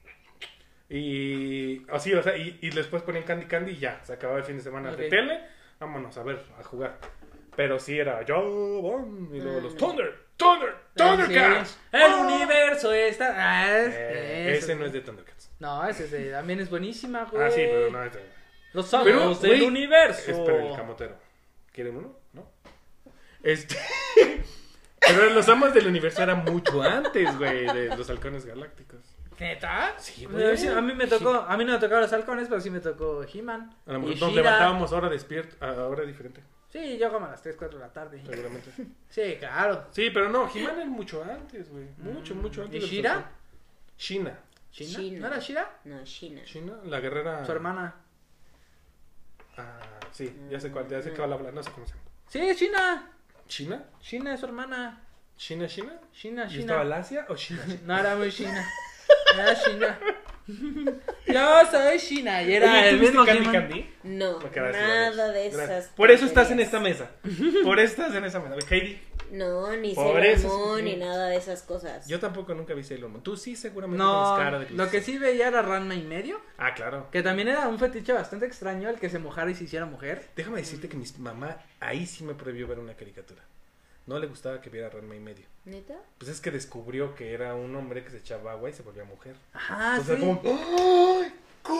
B: Y así, o sea, y, y después ponían Candy Candy y ya, se acababa el fin de semana de
A: Ok.
B: tele, vámonos a ver, a jugar. Pero sí era yo, Bon, y luego
C: Ah,
B: los
C: no.
B: Thunder, Thunder, Thundercats.
A: Sí. El
B: ¡Oh!
A: universo está. Ah, es-
B: Eh,
A: eso.
B: ese no es de Thundercats.
A: No, ese es de- también es buenísima, güey.
B: Ah, sí, pero no es de...
A: Los amos
B: Pero,
A: del
B: güey,
A: universo.
B: Espera, el camotero. ¿Quieren uno? ¿No? Este... Pero los amos del universo era mucho antes, güey, de los halcones galácticos.
A: ¿Neta?
B: Sí,
A: A
B: güey.
A: mí sí- A mí me tocó, a mí no me tocaron los halcones, pero sí me tocó He-Man.
B: A lo
A: y
B: mejor nos
A: She-Ra.
B: levantábamos ahora despierto, a hora diferente,
A: Sí, yo como a las tres, cuatro de la tarde.
B: seguramente.
A: Sí, claro.
B: Sí, pero no, He-Man es mucho antes, güey. Mucho, mucho antes.
A: ¿Y
B: de los
A: She-Ra?
B: halcones. Shina.
A: ¿China?
C: China.
A: ¿No era Shira?
C: No, China.
B: Shina, la guerrera.
A: Su hermana.
B: Ah, sí, ya sé cuál, ya sé cuál habla, no sé cómo se llama.
A: Sí, es China.
B: ¿China?
A: China es su hermana.
B: ¿China, China?
A: China,
B: ¿Y estaba
A: China.
B: Lacia o China?
A: No era muy China. Era China. Yo soy China. Y era
B: Oye,
A: el
B: ¿tuviste
A: mismo
B: Candy
A: He-Man.
B: Candy?
C: No,
B: Porque ahora sí
C: nada
B: vamos.
C: de
B: Gracias.
C: esas.
B: Por eso estás en
C: tonterías.
B: esta mesa. Por eso estás en esa mesa. Heidi,
C: No, ni
B: Por
C: Sailor
B: eso
C: Moon,
B: sí.
C: ni nada de esas cosas.
B: yo tampoco nunca vi Sailor Moon. Tú sí, seguramente
A: No,
B: tienes cara de que
A: lo
B: lo
A: que sí veía era Ranma y medio.
B: Ah, claro.
A: Que también era un fetiche bastante extraño el que se mojara y se hiciera mujer.
B: Déjame decirte que mi mamá ahí sí me prohibió ver una caricatura. No le gustaba que viera Ranma y medio.
C: ¿Neta?
B: Pues es que descubrió que era un hombre que se echaba agua y se volvía mujer.
A: Ajá,
B: Entonces
A: sí.
B: era como, ¡ay!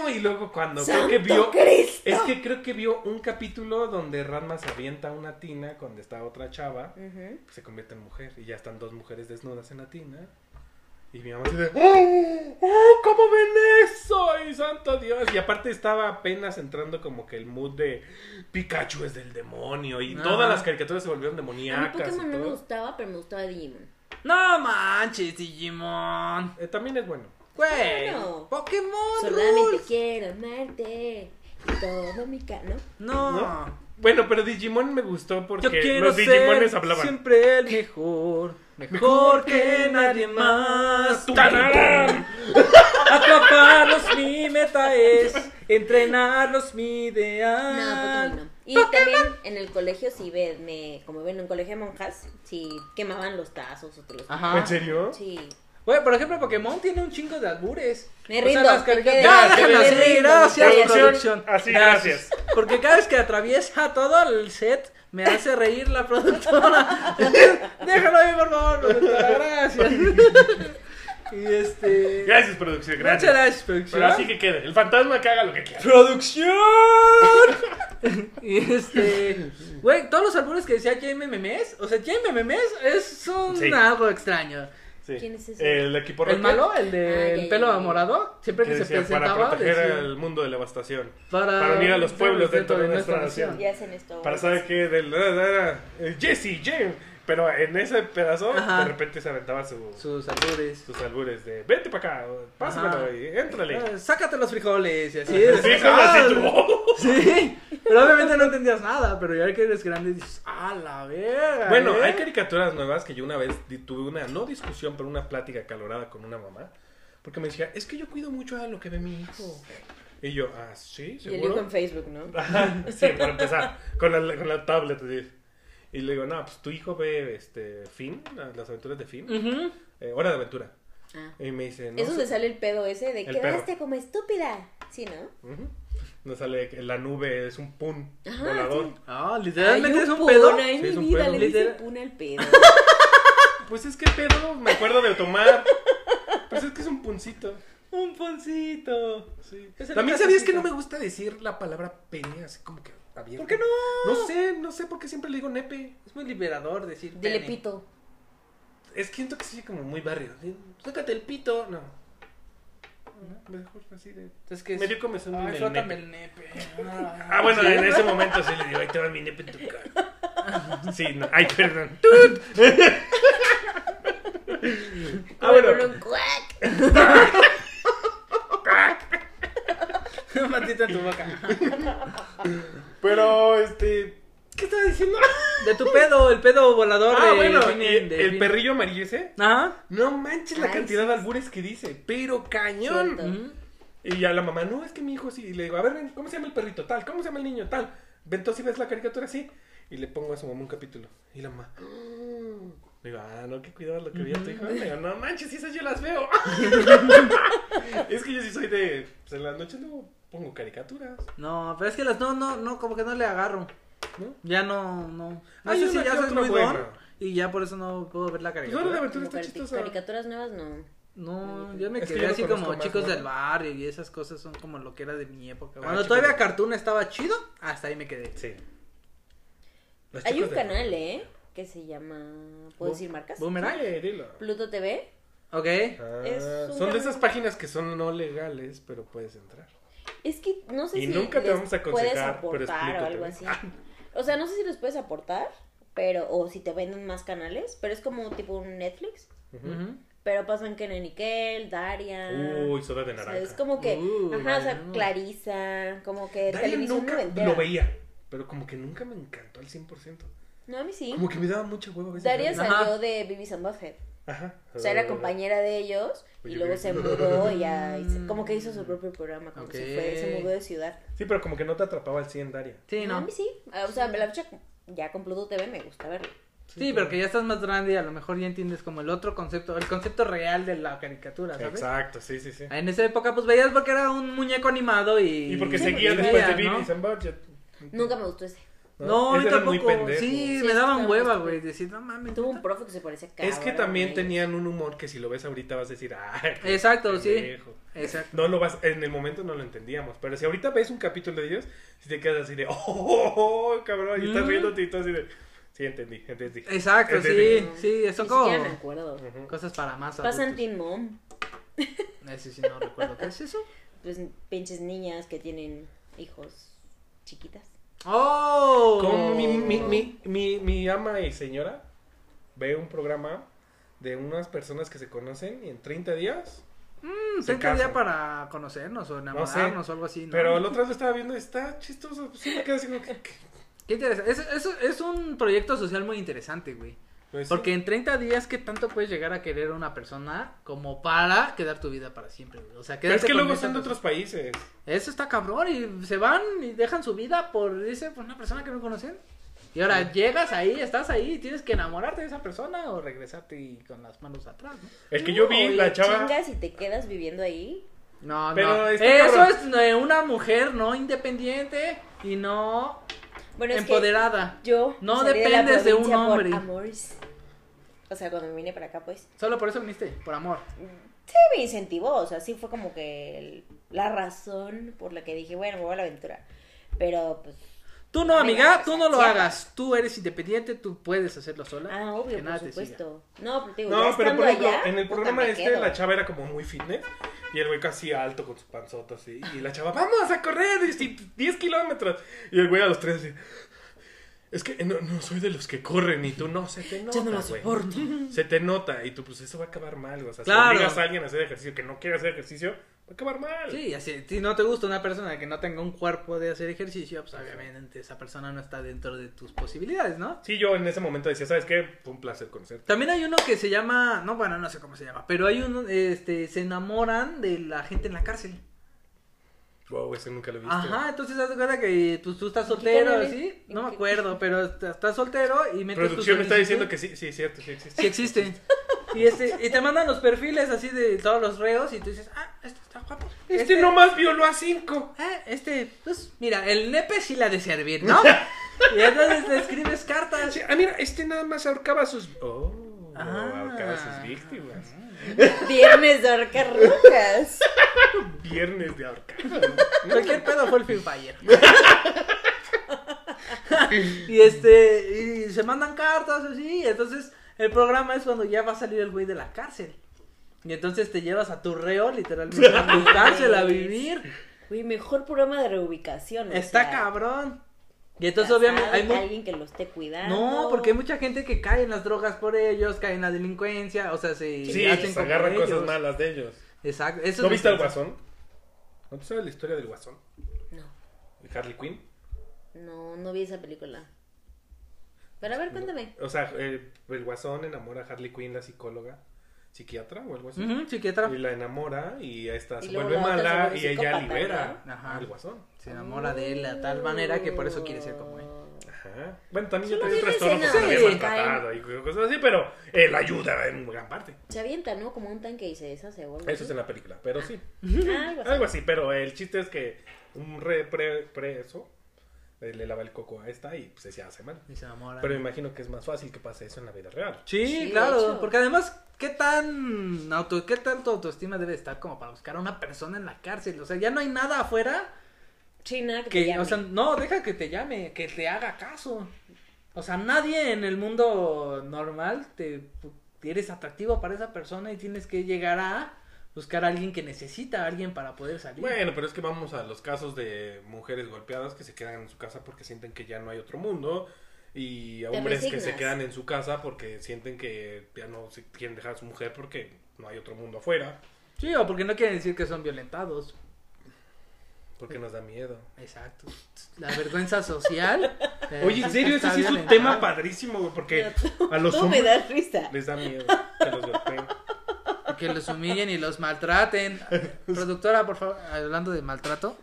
B: No, y luego cuando
C: ¡Santo
B: creo que vio...
C: Cristo!
B: Es que creo que vio un capítulo donde Ranma se avienta a una tina cuando está otra chava,
C: Ujú.
B: pues se convierte en mujer y ya están dos mujeres desnudas en la tina. Y mi mamá así de, ¡oh! ¡Oh! ¿Cómo ven eso? ¡Ay, santo Dios! Y aparte estaba apenas entrando como que el mood de Pikachu es del demonio y
A: Ajá.
B: todas las caricaturas se volvieron
C: A mí
B: demoníacas
C: Pokémon
B: y
C: no me
B: todo.
C: gustaba, pero me gustaba Digimon.
A: No manches, Digimon.
B: Eh, también es bueno.
A: Güey,
C: Bueno.
A: Pokémon.
C: Solamente
A: rules.
C: quiero amarte. Y todo mi ca... ¿no?
A: No.
B: ¿No? Bueno, pero Digimon me gustó
A: Yo
B: porque
A: quiero
B: los Digimones
A: ser
B: hablaban.
A: siempre el mejor. Mejor que nadie más.
B: ¡Tararán!
A: Atraparlos mi meta es. Entrenarlos mi
C: No,
A: ideal.
C: Pokémon no. Y también en el colegio, si ves, me, como ven en un colegio de monjas, si quemaban los tazos o te los...
A: Ajá.
B: ¿En serio?
C: Sí.
A: Güey, por ejemplo, Pokémon tiene un chingo de albures.
C: Me
A: O sea,
C: rindo,
A: las
C: te
A: caricaturas-
C: quedas-
A: Ya,
B: te
A: déjame
B: rindo,
A: así,
C: me
A: gracias,
C: rindo.
A: producción.
B: Así, gracias.
A: Porque cada vez que atraviesa todo el set, me hace reír la productora. Déjalo ahí, por favor, productora, gracias. Y este...
B: Gracias, producción, gracias.
A: Muchas gracias, producción.
B: Pero así que quede. El fantasma que haga lo que quiera.
A: ¡Producción! Y este... Güey, todos los albures que decía Jaime Memes, o sea, Jaime Memes es un
B: Sí.
A: algo extraño.
B: Sí.
C: ¿Quién es ese?
B: El equipo
A: El
B: Rocket,
A: malo, el del
C: Ah, ya, ya,
A: pelo
C: ya.
A: morado, siempre que,
B: que
A: se
B: decía, para
A: presentaba,
B: proteger
A: decía,
B: al mundo de la devastación.
A: para,
B: para unir a los pueblos dentro de nuestra nación.
C: Y hacen esto.
B: Para saber que del eh, Jesse, James. Pero en ese pedazo,
A: Ajá.
B: de repente se aventaba su,
A: sus albures.
B: sus albures de vente para acá, pásamelo
A: Ajá.
B: y éntrale.
A: Eh, sácate los frijoles y así.
B: Sí,
A: decías,
B: como
A: "Ah".
B: así, tú, oh.
A: Sí, pero obviamente no entendías nada, pero ya que eres grande dices, ¡ah, la verga!
B: Bueno,
A: ¿eh?".
B: hay caricaturas nuevas que yo una vez di- tuve una, no discusión, pero una plática calorada con una mamá. Porque me decía, es que yo cuido mucho a lo que ve mi hijo. Y yo, ah, sí,
C: Y el hijo
B: seguro.
C: en Facebook, ¿no?
B: Ajá, sí, para empezar, con la, con la tablet. Así. Y le digo, no, pues tu hijo ve este Finn, las aventuras de Finn,
A: Ujú.
B: eh, Hora de Aventura.
C: Ah.
B: Y me dice, no
C: Es donde
B: sé-
C: sale el pedo ese de
B: El
C: quedaste
B: perro.
C: como estúpida. Sí, ¿no?
B: Ujú. Nos sale que la nube es un pun
C: Ajá,
B: volador.
C: sí.
A: Ah, literalmente
C: Ay,
A: es un
C: puna,
A: pedo.
C: En
B: Sí, es
C: mi
B: un
C: vida
B: pedo.
C: le dice
A: Literal.
C: puna al pedo.
B: Pues es que pedo, me acuerdo de tomar. Pues es que es un puncito.
A: Un poncito.
B: Sí.
A: Es el
B: También sabías que
A: casecito.
B: no me gusta decir la palabra pene así como que abierto.
A: ¿Por qué no?
B: No sé, no sé por qué siempre le digo nepe.
A: Es muy liberador decir
C: Dile
A: pene.
C: pito.
B: Es que siento que sí como muy barrio. Sácate el pito. No. No, mejor así de.
A: Es que es...
B: Me dio comezón en
A: Ay,
B: el
A: frótame
B: nepe.
A: el nepe.
B: Ah, bueno, en ese momento sí le digo, ahí te va mi nepe en tu cara. Sí, no. Ay, perdón. ¡Tut! Ah, bueno.
C: Con un cuac.
A: Matita en tu boca.
B: Pero, este. ¿Qué estaba diciendo?
A: De tu pedo, el pedo volador
B: Ah,
A: de...
B: bueno,
A: Finn-
B: y
A: de
B: el
A: Finn.
B: perrillo amarillo ese.
A: Ajá.
B: No manches la
C: Ay,
B: cantidad
C: sí.
B: de albures que dice, pero cañón.
C: Cierto.
A: Ujú.
B: Y ya la mamá, no, es que mi hijo sí. Y le digo, a ver, ven, ¿cómo se llama el perrito? Tal, ¿cómo se llama el niño? Tal. Ven, tú si ves la caricatura así. Y le pongo a su mamá un capítulo. Y la mamá, "Mm". Le digo, ah, no, qué cuidado lo que veía tu hijo. Le digo, no manches, esas yo las veo. Es que yo sí soy de. Pues en las noches no pongo caricaturas,
A: No, pero es que las no, no, no, como que no le agarro.
B: ¿no?
A: Ya no, no. No
B: Hay
A: sé si
B: una
A: ya
B: que
A: soy
B: otra
A: muy
B: buena.
A: don y ya por eso no puedo ver la
B: Pues Hora de
A: caricatura.
B: Aventura
C: Como
B: está
C: cari-
B: chistosa.
C: caricaturas nuevas, no.
A: No, yo me
B: Es que
A: quedé
B: yo no
A: así
B: conozco
A: como
B: más,
A: chicos
B: ¿no?
A: del barrio y esas cosas son como lo que era de mi época.
B: Ah,
A: Cuando
B: Chicos
A: todavía
B: del-
A: Cartoon estaba chido, hasta ahí me quedé.
B: Sí. Los
C: Hay
B: chicos
C: un
B: de-
C: canal, ¿eh? Que se llama... ¿Puedo decir marcas?
A: Boomerang.
B: Sí, dilo.
C: Pluto T V.
A: Ok.
B: Ah,
C: Es un
B: son de
C: canal.
B: esas páginas que son no legales, pero puedes entrar.
C: Es que no sé
B: Y
C: si
B: nunca te
C: les
B: vamos a
C: puedes
B: aconsejar, pero
C: aportar
B: Pluto
C: o algo
B: T V.
C: así. O sea, no sé si les puedes aportar, pero o si te venden más canales, pero es como tipo un Netflix.
B: Ujú.
A: Ujú.
C: Pero pasan que en Nickel, Daria.
B: Uy, soda de
C: o sea,
B: naranja.
C: es como que,
A: Uh,
C: ajá, o sea,
A: Daria.
C: Clarisa, como que
B: Daria
C: televisión
B: nunca
C: noventera.
B: lo veía, pero como que nunca me encantó al cien por ciento.
C: No, a mí sí.
B: Como que me daba mucha hueva a veces.
C: Daria
B: verlo.
A: Ajá.
C: salió de Beavis and Butthead.
B: Ajá.
C: O sea, era compañera de ellos y
B: Oye,
C: luego
B: bien.
C: se mudó y ya, y se- como que hizo su propio programa, como
A: Ok.
C: se fue, se mudó de ciudad.
B: Sí, pero como que no te atrapaba al cien Daria.
A: Sí,
C: A
A: no.
C: mí sí, o sea, la fecha ya con Pluto T V me gusta verlo.
A: Sí, pero que ya estás más grande y a lo mejor ya entiendes como el otro concepto, el concepto real de la caricatura, ¿sabes?
B: Exacto, sí, sí, sí.
A: En esa época pues veías porque era un muñeco animado y...
B: Y porque
C: Sí,
B: seguía
C: porque
B: después de
A: veías, ¿no?
B: Beavis and Butthead.
C: Nunca me gustó ese.
A: No, a mí
B: Ese era muy
A: tampoco.
B: pendejo.
A: Sí,
C: Sí,
A: me
C: eso
A: daban
C: estaba
A: hueva,
C: muy
A: güey.
C: estúpido.
A: Decir, no mames.
C: Tuvo un
A: ¿neta?
C: profe que se parecía cabrón.
B: Es que también
C: a
B: tenían un humor que si lo ves ahorita vas a decir, ay, qué
A: Exacto, sí.
B: pendejo.
A: Exacto.
B: No lo vas, en el momento no lo entendíamos, pero si ahorita ves un capítulo de ellos, si te quedas así de, oh, oh, oh, cabrón, y estás
A: Mm.
B: riéndote y tú así de, sí, entendí, entendí.
A: Exacto, sí.
B: Entendí.
A: Sí, son
C: Ni
A: como
C: siquiera me acuerdo.
B: Ujú.
A: cosas para más
C: Pasan
A: adultos.
C: Teen Mom.
A: Ese sí no recuerdo. ¿Qué es eso?
C: Pues pinches niñas que tienen hijos chiquitas.
A: ¡Oh!
B: Como mi, mi, mi, mi, mi ama y señora ve un programa de unas personas que se conocen y en treinta días,
A: Mm,
B: se
A: treinta días
B: casan.
A: para conocernos o enamorarnos o algo así, ¿no?
B: pero la otra vez lo estaba viendo y está chistoso, pues sí me quedé así como que... que-
A: Qué interesante. Es, es, es un proyecto social muy interesante, güey.
B: pues sí.
A: Porque en treinta días, ¿qué tanto puedes llegar a querer a una persona como para quedar tu vida para siempre, güey? O sea,
B: Pero es
A: quedarte
B: que
A: con
B: luego
A: esa
B: son de
A: persona.
B: otros países.
A: Eso está cabrón y se van y dejan su vida por, dice, por una persona que no conocen. Y ahora llegas ahí, estás ahí y tienes que enamorarte de esa persona o regresarte y con las manos atrás, ¿no?
B: El que yo vi,
C: No,
B: la
C: y
B: chava...
C: chingas y te quedas viviendo ahí.
A: No,
B: Pero
A: no.
B: está
A: Eso
B: cabrón.
A: es eh, una mujer no independiente y no
C: Bueno, es
A: empoderada.
C: que yo
A: No
C: salí de la
A: dependes de un
C: provincia por
A: hombre.
C: amores. O sea, cuando me vine para acá, pues,
A: Solo por eso viniste, por amor.
C: sí me incentivó. O sea, sí fue como que el- la razón por la que dije, bueno, me voy a la aventura. Pero, pues,
A: Tú no,
C: Me
A: amiga,
C: vas
A: tú
C: a
A: no lo
C: Chiapas.
A: hagas. Tú eres independiente, tú puedes hacerlo sola.
C: ah, obvio,
A: que nada
C: por
A: te siga.
C: supuesto. No, pero te digo,
B: No,
C: ya
B: pero
C: estando
B: por ejemplo,
C: allá,
B: en el
C: puta,
B: programa
C: me
B: este,
C: quedo.
B: la chava era como muy fitness. Y el güey casi alto con su panzota así. Y la chava, vamos a correr y sí, diez kilómetros. Y el güey a los tres así. Es que no, no soy de los que corren y tú no, se te nota,
C: Yo no lo
B: güey.
C: soporto.
B: Se te nota y tú, pues eso va a acabar mal. O sea,
A: Claro.
B: si obligas a alguien a hacer ejercicio que no quiere hacer ejercicio, va a acabar mal.
A: Sí, así, si no te gusta una persona que no tenga un cuerpo de hacer ejercicio, pues obviamente esa persona no está dentro de tus posibilidades, ¿no?
B: Sí, yo en ese momento decía, ¿sabes qué? Fue un placer conocerte.
A: También hay uno que se llama, no, bueno, no sé cómo se llama, pero hay uno, este, se enamoran de la gente en la cárcel.
B: Wow, ese nunca lo he visto.
A: Ajá, entonces haz de cuenta que pues, tú estás
C: ¿En qué
A: soltero,
C: canal es?
A: ¿sí?
C: ¿En
A: No me
C: qué?
A: acuerdo, pero est- estás soltero y metes tu
B: Producción me está
A: solicitud.
B: diciendo que sí, sí, cierto, sí existe.
A: Sí existe. Y este, y te mandan los perfiles así de todos los reos y tú dices, ah, este está guapo.
B: Este nomás violó a cinco.
A: Ah, este, pues, mira, el nepe sí la de servir, ¿no? Y entonces le escribes cartas.
B: Sí, ah, mira, este nada más ahorcaba a sus... Oh,
A: Ah.
B: ahorcaba a sus víctimas.
C: Viernes de ahorcar rocas.
B: Viernes de ahorcar.
A: Cualquier pedo fue el Free Fire. Y este, y se mandan cartas así, y entonces el programa es cuando ya va a salir el güey de la cárcel. Y entonces te llevas a tu reo literalmente a tu cárcel a vivir.
C: Uy, mejor programa de reubicación. o
A: Está
C: sea,
A: cabrón. Y entonces
C: casado,
A: obviamente hay mu-
C: alguien que lo esté cuidando.
A: No, porque hay mucha gente que cae en las drogas por ellos, cae en la delincuencia, o sea, se
B: Sí,
A: hacen
B: se
A: como
B: agarran
A: ellos.
B: cosas malas de ellos.
A: Exacto. Eso
B: ¿No
A: es
B: viste
A: lo
B: al
A: que-
B: Guasón? ¿No te sabes la historia del Guasón?
C: No,
B: ¿De Harley Quinn?
C: no, no vi esa película. Pero a ver, cuéntame.
B: O sea, el, el Guasón enamora a Harley Quinn, la psicóloga, psiquiatra o algo así.
A: Ujú, psiquiatra.
B: Y la enamora y esta se
C: Y luego
B: vuelve
C: la otra se
B: mala
C: vuelve
B: y ella
C: psicópata,
B: libera
A: ¿no? Ajá.
B: al Guasón.
A: Se enamora de él de tal manera que por eso quiere ser como él.
B: Ajá. Bueno, también yo
C: Solo
B: tenía
C: vi una
B: trastornos
C: escena
B: porque
A: donde
B: había
C: caen.
B: maltratado y cosas así, pero él ayuda en gran parte.
C: Se avienta, ¿no? Como un tanque y se deshace o algo
B: Eso es
C: así.
B: en la película, pero sí.
C: Ah, algo así.
B: Algo así, pero el chiste es que un re pre, preso eh, le lava el coco a esta y pues se hace mal.
A: Y se enamora.
B: Pero me imagino que es más fácil que pase eso en la vida real.
A: Sí,
C: Sí, de
A: claro,
C: hecho.
A: porque además, ¿qué tan auto, qué tanto autoestima debe estar como para buscar a una persona en la cárcel? O sea, ya no hay nada afuera
C: Sí, nada que te
A: que,
C: llame.
A: o sea, no, deja que te llame, que te haga caso. O sea, nadie en el mundo normal te eres atractivo para esa persona y tienes que llegar a buscar a alguien que necesita a alguien para poder salir.
B: Bueno, pero es que vamos a los casos de mujeres golpeadas que se quedan en su casa porque sienten que ya no hay otro mundo. Y a
C: Te
B: hombres que se
C: resignas.
B: quedan en su casa porque sienten que ya no se quieren dejar a su mujer porque no hay otro mundo afuera.
A: Sí, o porque no quiere decir que son violentados.
B: Porque nos da miedo.
A: Exacto. La vergüenza social. eh,
B: Oye, en serio, ese
A: está
B: sí es un
A: violentada.
B: tema padrísimo, güey, porque a los
C: Tú me
B: hombres
C: das risa.
B: les da miedo que los golpeen.
A: Que los humillen y los maltraten. Productora, por favor, hablando de maltrato.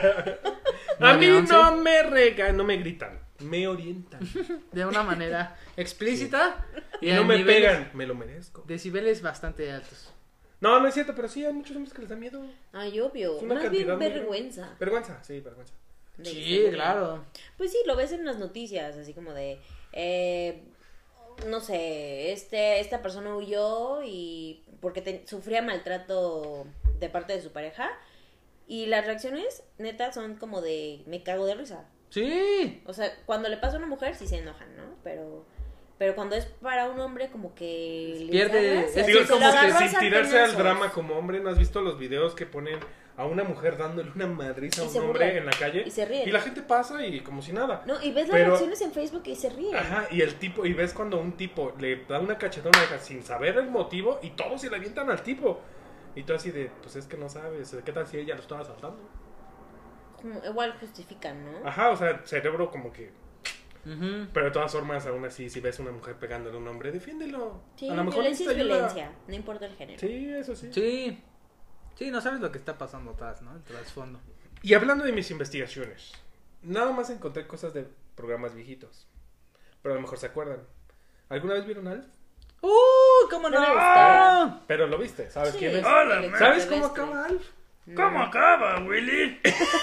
B: A mí
A: nueve once,
B: no me regan, no me gritan, me orientan.
A: de una manera explícita.
B: Y
A: a
B: no me
A: niveles-
B: pegan, me lo merezco.
A: Decibeles bastante altos.
B: No, no es cierto, pero sí hay muchos hombres que les da miedo.
C: Ay, obvio.
B: Es una
C: Más bien
B: cantidad muy
C: vergüenza.
B: Vergüenza, sí, vergüenza.
C: De que se
A: Sí,
C: burlan.
A: claro.
C: Pues sí, lo ves en las noticias, así como de, eh, no sé, este, esta persona huyó y porque te- sufría maltrato de parte de su pareja y las reacciones, neta, son como de, me cago de risa.
A: Sí.
C: O sea, cuando le pasa a una mujer sí se enojan, ¿no? Pero, pero cuando es para un hombre como que... le
A: Pierde-
C: encargas,
A: es
C: así
B: Digo,
A: que
C: se
B: como
C: lo
B: que
C: agarró a
B: sin tirarse al
C: sartenazos.
B: drama como hombre, ¿no has visto los videos que ponen a una mujer dándole una madriza a
C: Y
B: un
C: se
B: hombre
C: burlan.
B: en la calle?
C: Y se ríen.
B: Y la gente pasa y como si nada.
C: No, y ves las
B: Pero-
C: reacciones en Facebook y se ríen.
B: Ajá, y el tipo, y ves cuando un tipo le da una cachetona sin saber el motivo y todos se le avientan al tipo. Y tú así de, pues es que no sabes, ¿qué tal si ella lo estaba asaltando?
C: Como, igual justifican, ¿no?
B: Ajá, o sea, cerebro como que...
A: Ujú.
B: Pero de todas formas, aún así, si ves a una mujer pegándole a un hombre, defiéndelo.
C: Sí,
B: a lo mejor
C: violencia es
B: necesita ayuda.
C: violencia, no importa el género.
B: Sí, eso sí.
A: Sí. Sí, no sabes lo que está pasando atrás, ¿no? El trasfondo.
B: Y hablando de mis investigaciones, nada más encontré cosas de programas viejitos. Pero a lo mejor se acuerdan. ¿Alguna vez vieron Alf?
A: ¡Uh! ¿Cómo
C: No
A: no?
C: me gustaba.
B: Pero lo viste, ¿sabes
C: Sí,
B: quién es?
C: sí,
A: Hola,
C: el
B: ¿Sabes cómo
C: extraterrestre.
B: acaba Alf?
A: ¿Cómo acaba, Willy?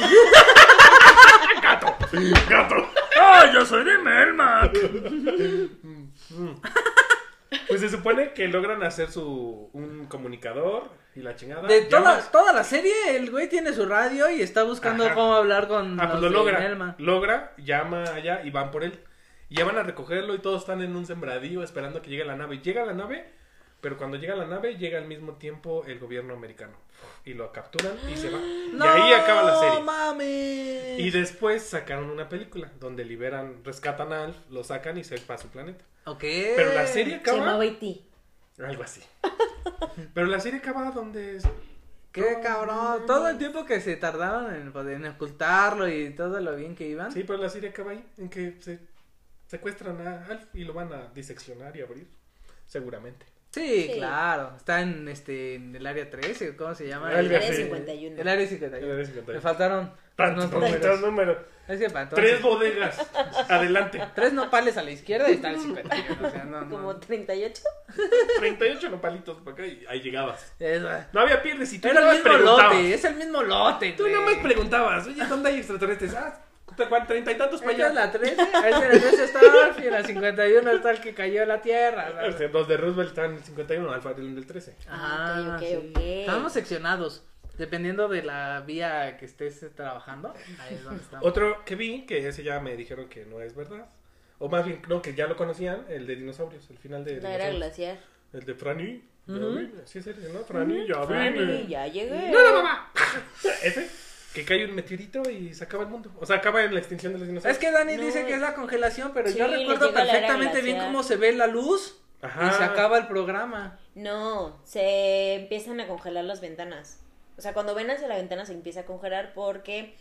B: ¡Gato! ¡Gato!
A: ¡Oh, yo soy de Melmac!
B: Pues se supone que logran hacer su un comunicador y la chingada.
A: De toda,
B: Llamas-
A: toda la serie, el güey tiene su radio y está buscando
B: Ajá.
A: cómo hablar con
B: Ah, pues
A: los
B: lo
A: de
B: logra.
A: Melmac.
B: Logra, llama allá y van por él. Y ya van a recogerlo y todos están en un sembradío esperando que llegue la nave. Llega la nave, pero cuando llega la nave llega al mismo tiempo el gobierno americano. Y lo capturan y se va. Y ahí acaba la serie.
A: Mames.
B: Y después sacaron una película donde liberan, rescatan a Alf, lo sacan y se va a su planeta.
A: Ok.
B: Pero la serie
C: Se
B: acaba...
C: llamaba E T
B: Algo así. Pero la serie acaba donde...
A: Qué cabrón. Todo el tiempo que se tardaron en, pues, en ocultarlo y todo lo bien que iban.
B: Sí, pero la serie acaba ahí, en que se secuestran a Alf y lo van a diseccionar y abrir, seguramente.
A: Sí,
C: Sí.
A: claro. Está en este en el área trece, ¿cómo se llama?
B: Algo
A: El
B: así.
C: Área cincuenta y uno.
A: El área cincuenta y uno.
B: El área cincuenta y uno.
A: Me faltaron
B: Tantos
A: unos
B: números.
A: números.
B: números.
A: Es que para entonces-
B: Tres bodegas. Adelante.
A: Tres nopales a la izquierda y está el cincuenta y uno. O sea, no, no.
C: Como treinta y ocho.
B: treinta y ocho nopalitos para acá y ahí llegabas.
A: Eso.
B: No había pierdes y tú
A: Era
B: nada
A: el
B: más
A: mismo
B: preguntabas.
A: lote, es el mismo lote.
B: Tú
A: güey.
B: nada más preguntabas, oye, ¿dónde hay extraterrestres? Ah, ¿cuál? Treinta y tantos para
A: Esta es
B: allá.
A: la trece, ahí en la trece está Alf y en la cincuenta y uno está el que cayó a la tierra.
B: O
A: ¿sabes?
B: sea, Los de Roosevelt están en el cincuenta y uno, Alfa en el trece.
A: Ah,
C: ok,
A: sí.
C: ok.
A: Estábamos seccionados, dependiendo de la vía que estés trabajando. Ahí es donde estamos.
B: Otro que vi, que ese ya me dijeron que no es verdad. O más bien, no, que ya lo conocían, el de dinosaurios, el final de
C: La era
B: dinosaurios.
C: glaciar.
B: El de Franny. Ya
A: Ujú.
B: vine. Sí, es ese, ¿no? Franny, ya
C: Fanny,
B: vine.
C: ya llegué.
B: ¡No, no, mamá! Ese, que cae un meteorito y se acaba el mundo. O sea, acaba en la extinción de los
A: Es
B: dinosaurios.
A: que Dani
C: No.
A: dice que es la congelación, pero
C: Sí,
A: yo
C: les
A: recuerdo
C: llega la era
A: perfectamente bien
C: glaciar.
A: cómo se ve la luz
B: Ajá.
A: y se acaba el programa.
C: No, se empiezan a congelar las ventanas. O sea, cuando ven hacia la ventana se empieza a congelar porque,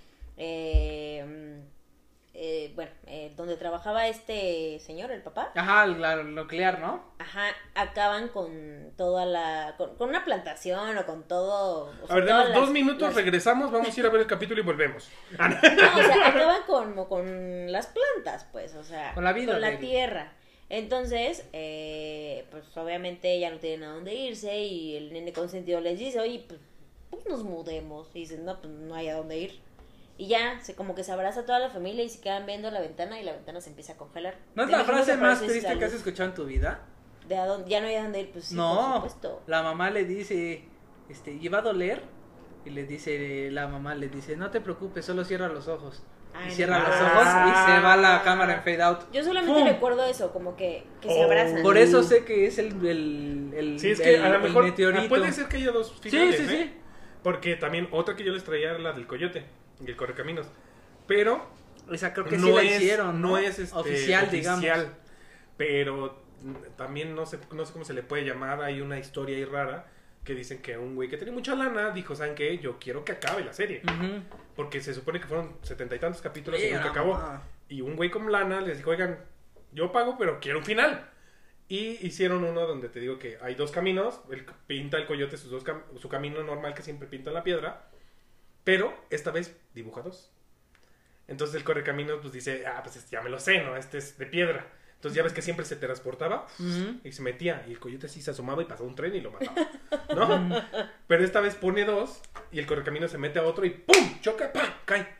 C: eh, eh, bueno, eh, donde trabajaba este señor, el papá,
A: Ajá, el, la- el nuclear, ¿no?
C: ajá, acaban con toda la, con, con una plantación o con todo. O
B: A ver,
C: todas
B: denos dos
C: las-
B: minutos,
C: las-
B: regresamos, vamos a ir a ver el capítulo y volvemos. Ah, no.
C: No, o sea, acaban con, con las plantas, pues, o sea,
A: Con la vida
C: con la
A: del-
C: tierra. Entonces, eh, pues obviamente ya no tienen a dónde irse y el nene consentido les dice, oye, pues, pues nos mudemos. Y dicen, no, pues no hay a dónde ir. Y ya, se como que se abraza toda la familia y se quedan viendo la ventana y la ventana se empieza a congelar.
A: ¿No es
C: Te
A: la
C: imagino
A: frase
C: que
A: más
C: aparece
A: triste
C: esa
A: que has
C: luz.
A: escuchado en tu vida?
C: De a dónde, ya no hay a dónde ir, pues sí, por
A: No,
C: supuesto.
A: la mamá le dice, este, ¿y va a doler? Y le dice, la mamá le dice, no te preocupes, solo cierra los ojos.
C: Ay,
A: Y cierra
C: no.
A: los ojos y se va la cámara en fade out.
C: Yo solamente
A: ¡Pum!
C: recuerdo eso, como que, que se
B: Oh.
C: abrazan.
A: Por eso sé que es el, el, el,
B: Sí, es que
A: el-
B: a lo
A: el
B: mejor
A: meteorito.
B: ah, puede ser que haya dos
A: Sí,
B: finales,
A: sí,
B: ¿eh?
A: sí.
B: Porque también otra que yo les traía era la del coyote y el correcaminos. Pero
A: Esa creo que
B: no
A: sí la
B: es,
A: hicieron, ¿no?
B: no es este,
A: oficial, digamos.
B: Pero mm, también no sé, no sé cómo se le puede llamar. Hay una historia ahí rara que dicen que un güey que tenía mucha lana dijo, ¿saben qué? Yo quiero que acabe la serie.
A: Ujú.
B: Porque se supone que fueron setenta y tantos capítulos
A: Sí,
B: y nunca
A: no,
B: acabó.
A: no.
B: Y un güey con lana les dijo, oigan, yo pago, pero quiero un final. Y hicieron uno donde te digo que hay dos caminos. El, pinta el coyote sus dos cam- su camino normal que siempre pinta en la piedra. Pero esta vez dibuja dos. Entonces el correcaminos pues dice, ah, pues ya me lo sé, ¿no? Este es de piedra. Entonces ya ves que siempre se transportaba
A: Ujú.
B: y se metía. Y el coyote así se asomaba y pasaba un tren y lo mataba. ¿No? Pero esta vez pone dos y el correcaminos se mete a otro y ¡pum! Choca, ¡pam! Cae.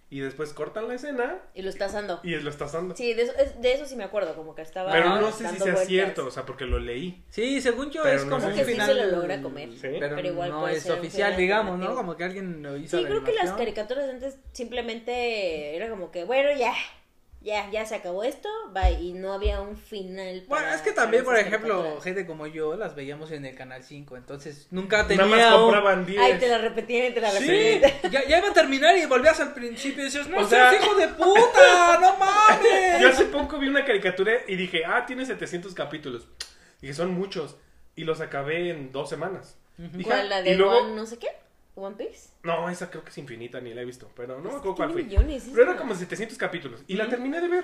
B: Y después cortan la escena
C: Y lo está asando.
B: y lo está asando.
C: Sí, de eso, es- de eso sí me acuerdo, como que estaba
B: Pero no sé si
C: dando
B: sea
C: vueltas.
B: cierto, o sea, porque lo leí.
A: Sí, según yo
B: Pero
A: es
B: no
A: como
B: sé
A: un
C: Creo que sí
A: final.
C: se lo logra comer.
B: Sí.
A: Pero,
C: Pero igual
A: no
C: puede
A: es
C: ser un
A: oficial,
C: final
A: digamos, ¿no?
C: alternativo.
A: Como que alguien lo hizo.
C: Sí,
A: la
C: creo que las
A: animación.
C: caricaturas de antes simplemente era como que, bueno, ya, ya, ya se acabó esto, bye, y no había un final.
A: Bueno,
C: para-
A: es que también, por
C: para esas
A: ejemplo,
C: caricaturas.
A: gente como yo las veíamos en el canal cinco, entonces nunca
B: Nada
A: tenía
B: más
A: un...
B: compraban diez.
C: Ay, te la repetían y te la
A: Sí,
C: repetían.
A: ya, ya iba a terminar y volvías al principio y decías, no
B: O
A: seas
B: sea-
A: hijo de puta, no mames.
B: Yo hace poco vi una caricatura y dije, ah, tiene setecientos capítulos. Dije, son muchos. Y los acabé en dos semanas. Dije,
C: ¿Cuál,
B: ah,
C: la
B: y
C: de
B: luego...
C: One no sé qué? ¿One Piece?
B: No, esa creo que es infinita, ni la he visto. Pero no me
C: Es que
B: acuerdo cuál fue.
C: tiene millones, es
B: Pero era
C: una-
B: como setecientos capítulos. Y la terminé de ver.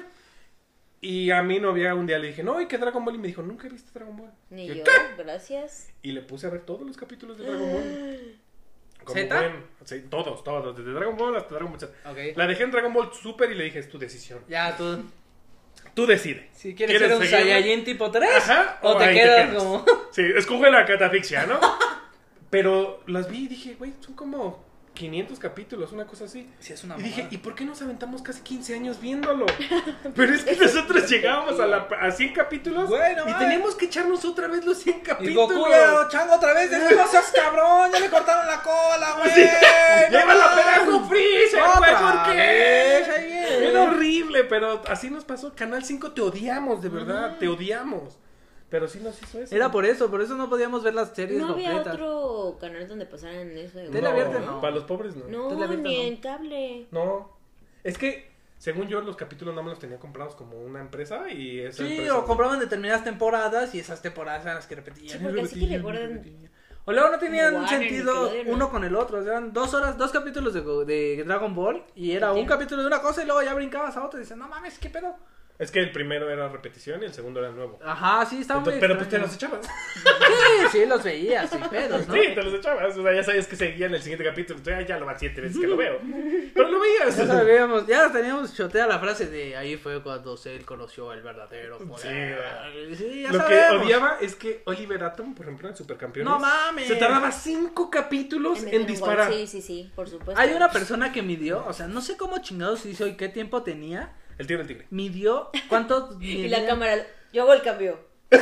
B: Y a mi novia un día le dije, no, ¿y qué Dragon Ball? Y me dijo, nunca he visto Dragon Ball.
C: Ni
B: Y
C: yo,
B: ¿qué?
C: gracias.
B: Y le puse a ver todos los capítulos de Dragon Ball. Como
A: ¿Zeta?
B: buen- sí, todos, todos. Desde Dragon Ball hasta Dragon Ball Z.
A: Ok,
B: La dejé en Dragon Ball Super y le dije, es tu decisión.
A: ya tú,
B: Tú decides.
A: si quieres,
B: ¿Quieres
A: ser un
B: seguirla?
A: Saiyajin tipo tres,
B: Ajá,
A: o
B: o
A: te
B: ahí te
A: quedas
B: quedas.
A: como...
B: Sí, escoge la catafixia, ¿no? Pero las vi y dije, güey, son como quinientos capítulos, una cosa así.
A: Sí, es una
B: Y dije,
A: mamada.
B: ¿y por qué nos aventamos casi quince años viéndolo? Pero es que nosotros llegábamos a, la, a cien capítulos
A: Güey, no
B: y
A: mames.
B: teníamos que echarnos otra vez los cien
A: Y
B: capítulos.
A: Goku ya chango otra vez, es que no seas cabrón, ya le cortaron la cola, güey.
B: ¡Lleva la pelea con Freezer, güey!
A: Otra
B: ¿Por
A: vez,
B: qué?
A: ahí viene.
B: Era horrible, pero así nos pasó. Canal cinco te odiamos, de verdad, te odiamos. Pero sí nos hizo eso.
A: Era por eso, por eso no podíamos ver las series
C: ¿No había
A: completas.
C: otro canal donde pasaran eso de
A: Tele
B: No,
A: abierta, no.
B: para los pobres no.
C: No,
A: Tele abierta,
C: ni
A: no.
C: en cable.
B: No. Es que, según yo, los capítulos no me los tenía comprados como una empresa y esa
A: Sí,
B: empresa-
A: o compraban determinadas temporadas y esas temporadas eran las que repetían.
C: Sí, porque así que
A: repetían,
C: recuerdan-
A: repetían. O luego no tenían
C: Warner,
A: sentido
C: Nickelodeon, ¿no?
A: uno con el otro. O sea, eran dos horas, dos capítulos de, Go- de Dragon Ball y era un
C: Sí.
A: capítulo de una cosa y luego ya brincabas a otro y dices, no mames, ¿qué pedo?
B: Es que el primero era repetición y el segundo era nuevo.
A: Ajá, sí, estaba
B: Entonces,
A: muy
B: pero pues te
A: extraño.
B: los echabas.
A: Sí, sí, los veías, sin pedos, ¿no?
B: Sí, te los echabas. O sea, ya sabes que seguía en el siguiente capítulo. Ya, ya lo va siete veces que lo veo. Pero lo veías.
A: Ya sabíamos, ya teníamos chotea la frase de ahí fue cuando Cell conoció el verdadero
B: Sí,
A: poder.
B: güey.
A: Sí, ya
B: Lo
A: sabemos.
B: que odiaba es que Oliver Atom, por ejemplo, en Supercampeones,
A: No mames.
B: se tardaba cinco capítulos
C: En
B: en,
C: meter un gol.
B: disparar.
C: Sí, sí, sí, por supuesto.
A: Hay una persona que midió, o sea, no sé cómo chingados hizo y qué tiempo tenía.
B: El tiro del tigre.
A: Midió cuánto.
C: Y la
A: medía-
C: cámara, yo hago el cambio.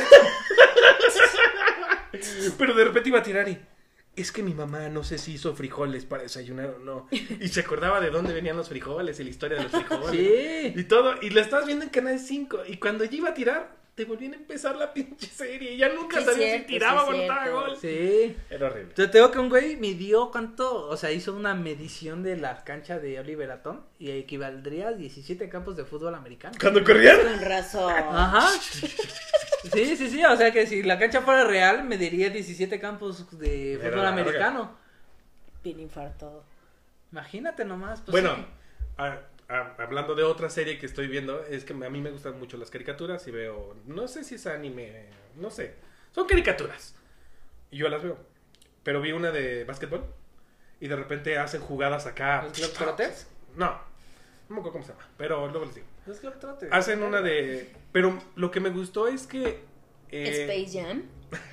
B: Pero de repente iba a tirar y... Es que mi mamá no sé si hizo frijoles para desayunar o no. Y se acordaba de dónde venían los frijoles y la historia de los frijoles.
A: Sí.
B: Y todo. Y lo estabas viendo en Canal cinco. Y cuando ya iba a tirar, te volvían a empezar la pinche serie. Y ya nunca
C: Sí,
B: sabías
C: cierto,
B: si tiraba
C: sí,
B: o anotaba
C: cierto.
B: gol.
A: Sí.
B: Era horrible.
A: Yo tengo que un güey midió cuánto, o sea, hizo una medición de la cancha de Oliver Atom y equivaldría a diecisiete campos de fútbol americano.
B: Cuando corrían...
C: Con razón.
A: Ajá. Sí, sí, sí, o sea que si la cancha fuera real, mediría diecisiete campos de
B: Era
A: fútbol
B: larga.
A: americano.
C: Bien infartado.
A: Imagínate nomás. Pues
B: Bueno,
A: sí.
B: a- a- hablando de otra serie que estoy viendo, es que a mí me gustan mucho las caricaturas y veo, no sé si es anime, no sé, son caricaturas y yo las veo, pero vi una de básquetbol y de repente hacen jugadas acá.
A: ¿Los Globetrotters?
B: No, no me acuerdo cómo se llama, pero luego les digo.
A: Los Globetrotters.
B: Hacen una de, pero lo que me gustó es que eh,
C: Space Jam.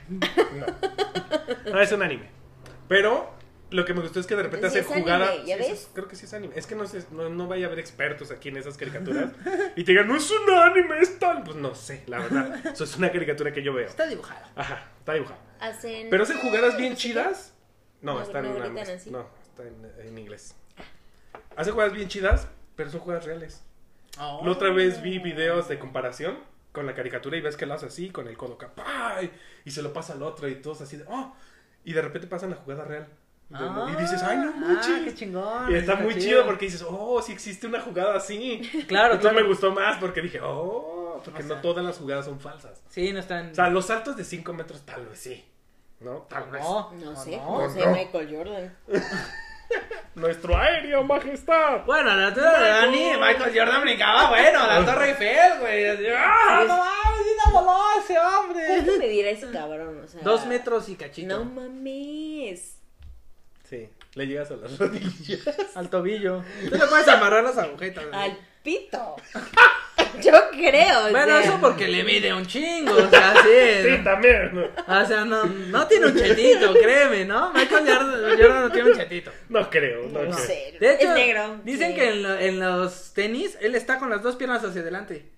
B: no, no es un anime, pero lo que me gustó es que de repente
C: Entonces,
B: hacen
C: sí es
B: jugadas.
C: anime, ¿ya
B: Sí, sí,
C: ves?
B: creo que sí es anime. Es que no sé, no, no vaya a haber expertos aquí en esas caricaturas y te digan, no es un anime, es tal. Pues no sé, la verdad. Eso es una caricatura que yo veo.
A: Está dibujado.
B: Ajá, está dibujado.
C: Hacen.
B: Pero hacen jugadas bien
C: no sé qué.
B: chidas. No,
C: No,
B: está en
C: no
B: una-
C: gritan así.
B: No, está en, en inglés. Hacen jugadas bien chidas, pero son jugadas reales.
A: Oh.
B: La otra vez vi videos de comparación con la caricatura y ves que lo hace así, con el codo acá, ¡pay! Y se lo pasa al otro y todos así de, ¡oh! Y de repente pasan la jugada real. De-
A: Ah,
B: y dices, ¡ay, no
A: ah,
B: manches!
A: qué chingón.
B: Y está
A: eso
B: muy chido porque dices, ¡oh, sí existe una jugada así!
A: Claro,
B: Entonces
A: claro.
B: me gustó más porque dije, ¡oh! Porque
A: O
B: no
A: sea-
B: todas las jugadas son falsas.
A: Sí, no están.
B: O sea, los saltos de cinco metros tal vez sí. ¿No? Tal vez.
A: no,
C: No
A: no,
C: sé,
A: no.
C: no, sé,
B: no.
C: Michael Jordan.
B: Nuestro aéreo, majestad.
A: Bueno, la altura de Dani, Michael Jordan brincaba, bueno, la Torre Eiffel, güey. así, ¡ah, no mames, sí la voló ese hombre!
C: ¿Cuánto medirá ese cabrón? O sea,
A: Dos metros y cachito.
C: No mames.
B: Sí, le llegas a las rodillas.
A: Al tobillo. Tú le puedes amarrar las agujetas. güey.
C: Al pito. Yo creo. o
A: Bueno,
C: sea.
A: eso porque le mide un chingo, o sea, sí.
B: Sí, también. No,
A: O sea, no, no tiene un chetito, créeme, ¿no? Michael Jordan, Jordan no tiene un chetito.
B: no creo, no,
C: No
B: creo.
C: sé.
A: De hecho,
C: es negro.
A: dicen
C: sí.
A: que en, lo- en los tenis él está con las dos piernas hacia adelante.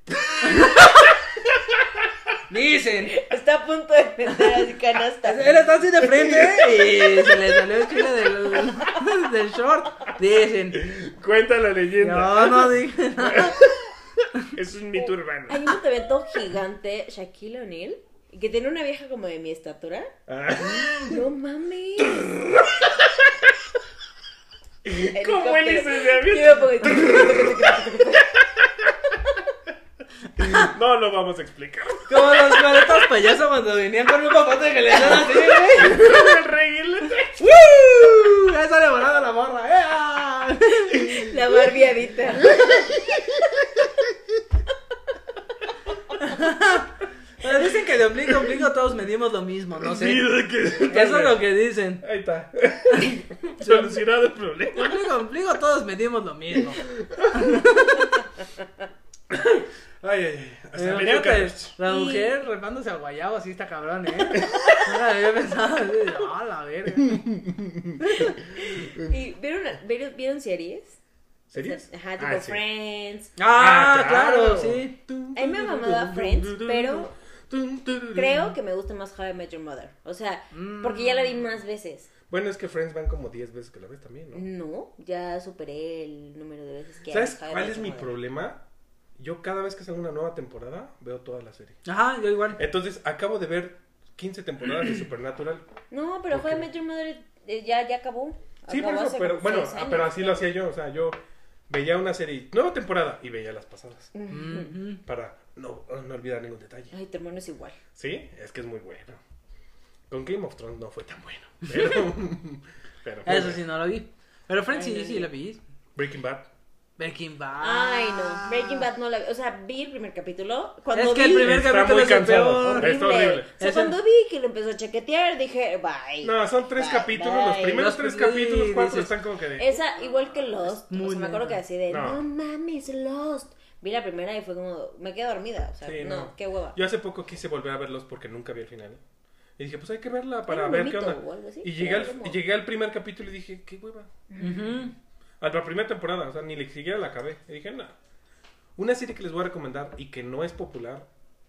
A: Dicen.
C: Está a punto de meter así canasta.
A: Él está así de frente y se le salió el chile del, del short. Dicen.
B: Cuenta la leyenda.
A: No, no dije nada.
B: Es un mito urbano.
C: Hay un evento gigante, Shaquille O'Neal, que tiene una vieja como de mi estatura.
B: Ah.
C: No mames.
B: ¿Cómo él hizo ese
C: Yo me
B: avión?
C: pongo-
B: No lo vamos a explicar.
A: Como los cuartos payasos cuando venían con un papote que le dan así, güey.
B: El rey.
A: ¡Woo! Ya sale volando la morra. ¡Ea!
C: La barbiadita.
A: Pero dicen que de ombligo a ombligo todos medimos lo mismo, no sé.
B: Sí, de que-
A: Eso es lo que dicen.
B: Ahí está. Solucionado el problema.
A: De ombligo a ombligo todos medimos lo mismo.
B: Ay, ay, ay. Hasta me dio
A: Imagínate,
B: caras.
A: la
C: Y-
A: mujer repándose al guayabo, así está cabrón, ¿eh? Ahora había pensado así, ah, la verga.
C: ¿Y vieron, vieron, vieron series?
B: ¿Series?
C: Ajá, tipo
B: Ah, sí.
C: Friends.
A: Ah,
B: Ah,
A: claro,
B: claro.
A: sí.
C: A mí me mamaba Friends, pero creo que me gusta más How I Met Your Mother. O sea, porque ya la vi más veces.
B: Bueno, es que Friends van como diez veces que la ves también, ¿no?
C: No, ya superé el número de veces que
B: ¿Sabes
C: How I
B: cuál
C: Met
B: es
C: Your
B: mi
C: Mother.
B: problema? Yo cada vez que sale una nueva temporada veo toda la serie.
A: Ajá, yo igual.
B: Entonces acabo de ver quince temporadas de Supernatural.
C: No, pero
B: ¿Por
C: How I
B: qué?
C: Met Your Mother eh, ya, ya acabó.
B: Sí, por
C: Acabó
B: eso,
C: hace
B: pero
C: como
B: bueno,
C: seis
B: ah,
C: años.
B: pero así lo hacía yo. O sea, yo veía una serie, nueva temporada, y veía las pasadas.
A: Ujú.
B: Para no, no olvidar ningún detalle.
C: Ay, tu hermano es igual.
B: Sí, es que es muy bueno. Con Game of Thrones no fue tan bueno. Pero, pero fue
A: Eso
B: bueno.
A: sí, no lo vi. Pero Friends
C: Ay,
A: sí,
C: no,
A: sí
C: no.
A: la vi.
B: Breaking Bad.
A: Breaking Bad.
C: Ay, no. Breaking Bad no la vi. O sea, vi el primer capítulo. Cuando
A: Es que
C: vi,
A: el primer
B: Está
A: capítulo
B: muy
A: es el
B: cansado.
A: peor.
B: Está horrible.
C: O sea,
A: Ese-
C: cuando vi que lo empezó a chaquetear, dije, bye.
B: No, son tres
C: bye,
B: capítulos.
C: bye.
B: Los primeros
A: Los
B: tres
A: pri-
B: capítulos,
A: sí,
B: cuatro
A: dices-
B: están como que de.
C: Esa, igual que Lost.
A: Muy
C: o sea, me acuerdo que
A: lenta.
C: así de,
B: No.
C: no, mames, Lost. Vi la primera y fue como, me quedé dormida. O sea,
B: Sí,
C: no,
B: no.
C: qué hueva.
B: Yo hace poco quise volver a verlos porque nunca vi el final. Y dije, pues hay que verla para
C: Era un
B: ver qué
C: bonito
B: onda.
C: o algo así,
B: Y llegué
C: era
B: al,
C: como-
B: y llegué al primer capítulo y dije, qué hueva.
A: Ujú.
B: A la primera temporada, o sea, ni le siquiera la acabé. Y dije, no. Una serie que les voy a recomendar y que no es popular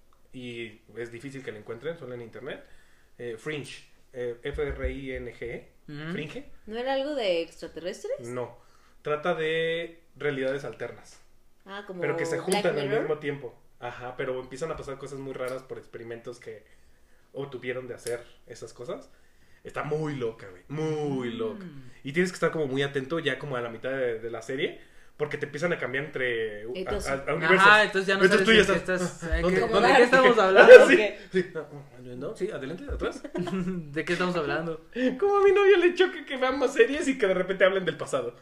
B: y es difícil que la encuentren, solo en internet. eh, Fringe. eh, F R I N G E.
A: Ujú.
B: Fringe.
C: ¿No era algo de extraterrestres?
B: No. Trata de realidades alternas.
C: Ah, como
B: Pero que se
C: Black
B: juntan al
C: Mirror.
B: mismo tiempo. Ajá, pero empiezan a pasar cosas muy raras por experimentos que obtuvieron de hacer esas cosas. Está muy loca, güey. Muy loca. Y tienes que estar como muy atento ya como a la mitad de, de la serie. Porque te empiezan a cambiar entre uh,
C: Entonces-
B: a, a- a universos.
A: Ajá, entonces ya no
B: Entonces
A: sabes
B: tú ya
A: de qué
B: estás-
A: estás. ¿de
B: ¿dónde-
A: qué-
C: dónde-
A: ¿De qué estamos
B: sí,
A: hablando?
B: sí. No, no, sí, adelante, atrás.
A: ¿De qué estamos hablando?
B: Como a mi novio le choca que veamos series y que de repente hablen del pasado.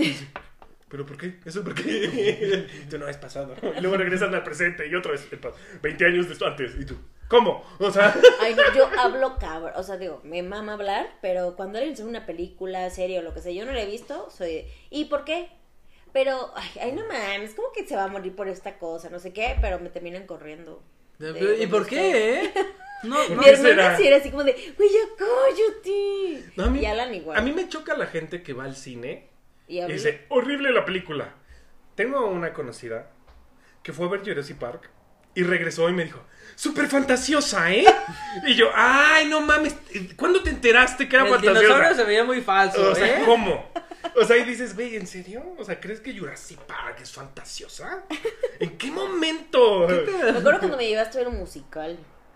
B: ¿Pero por qué? ¿Eso por qué? Tú no es pasado. Y luego regresan al presente y otra vez el pasado. veinte años después antes. ¿Y tú? ¿Cómo? O sea...
C: Ay, no, yo hablo cabrón. O sea, digo, me mama hablar, pero cuando alguien sube una película, serie o lo que sea, yo no la he visto, soy de, ¿y por qué? Pero, ay, ay, no mames, como que se va a morir por esta cosa, no sé qué, pero me terminan corriendo.
A: ¿Y
C: De-
A: por qué, eh? No,
B: ¿Por
C: Mi
A: no.
B: qué
C: hermana
B: será?
C: sí era así como de, güey, ya cállate.
B: No, a mí-
C: Y Alan igual.
B: A mí me choca la gente que va al cine
C: Y
B: y
C: a mí-
B: dice, horrible la película. Tengo una conocida que fue a ver Jurassic Park y regresó y me dijo, súper fantasiosa, ¿eh? Y yo, ay, no mames, ¿cuándo te enteraste que era
A: El dinosaurio
B: fantasiosa?
A: se veía muy falso,
B: O sea,
A: ¿eh?
B: ¿cómo? O sea, y dices, güey, ¿en serio? O sea, ¿crees que Jurassic Park es fantasiosa? ¿En qué momento?
C: Me acuerdo cuando me llevaste a ver un musical.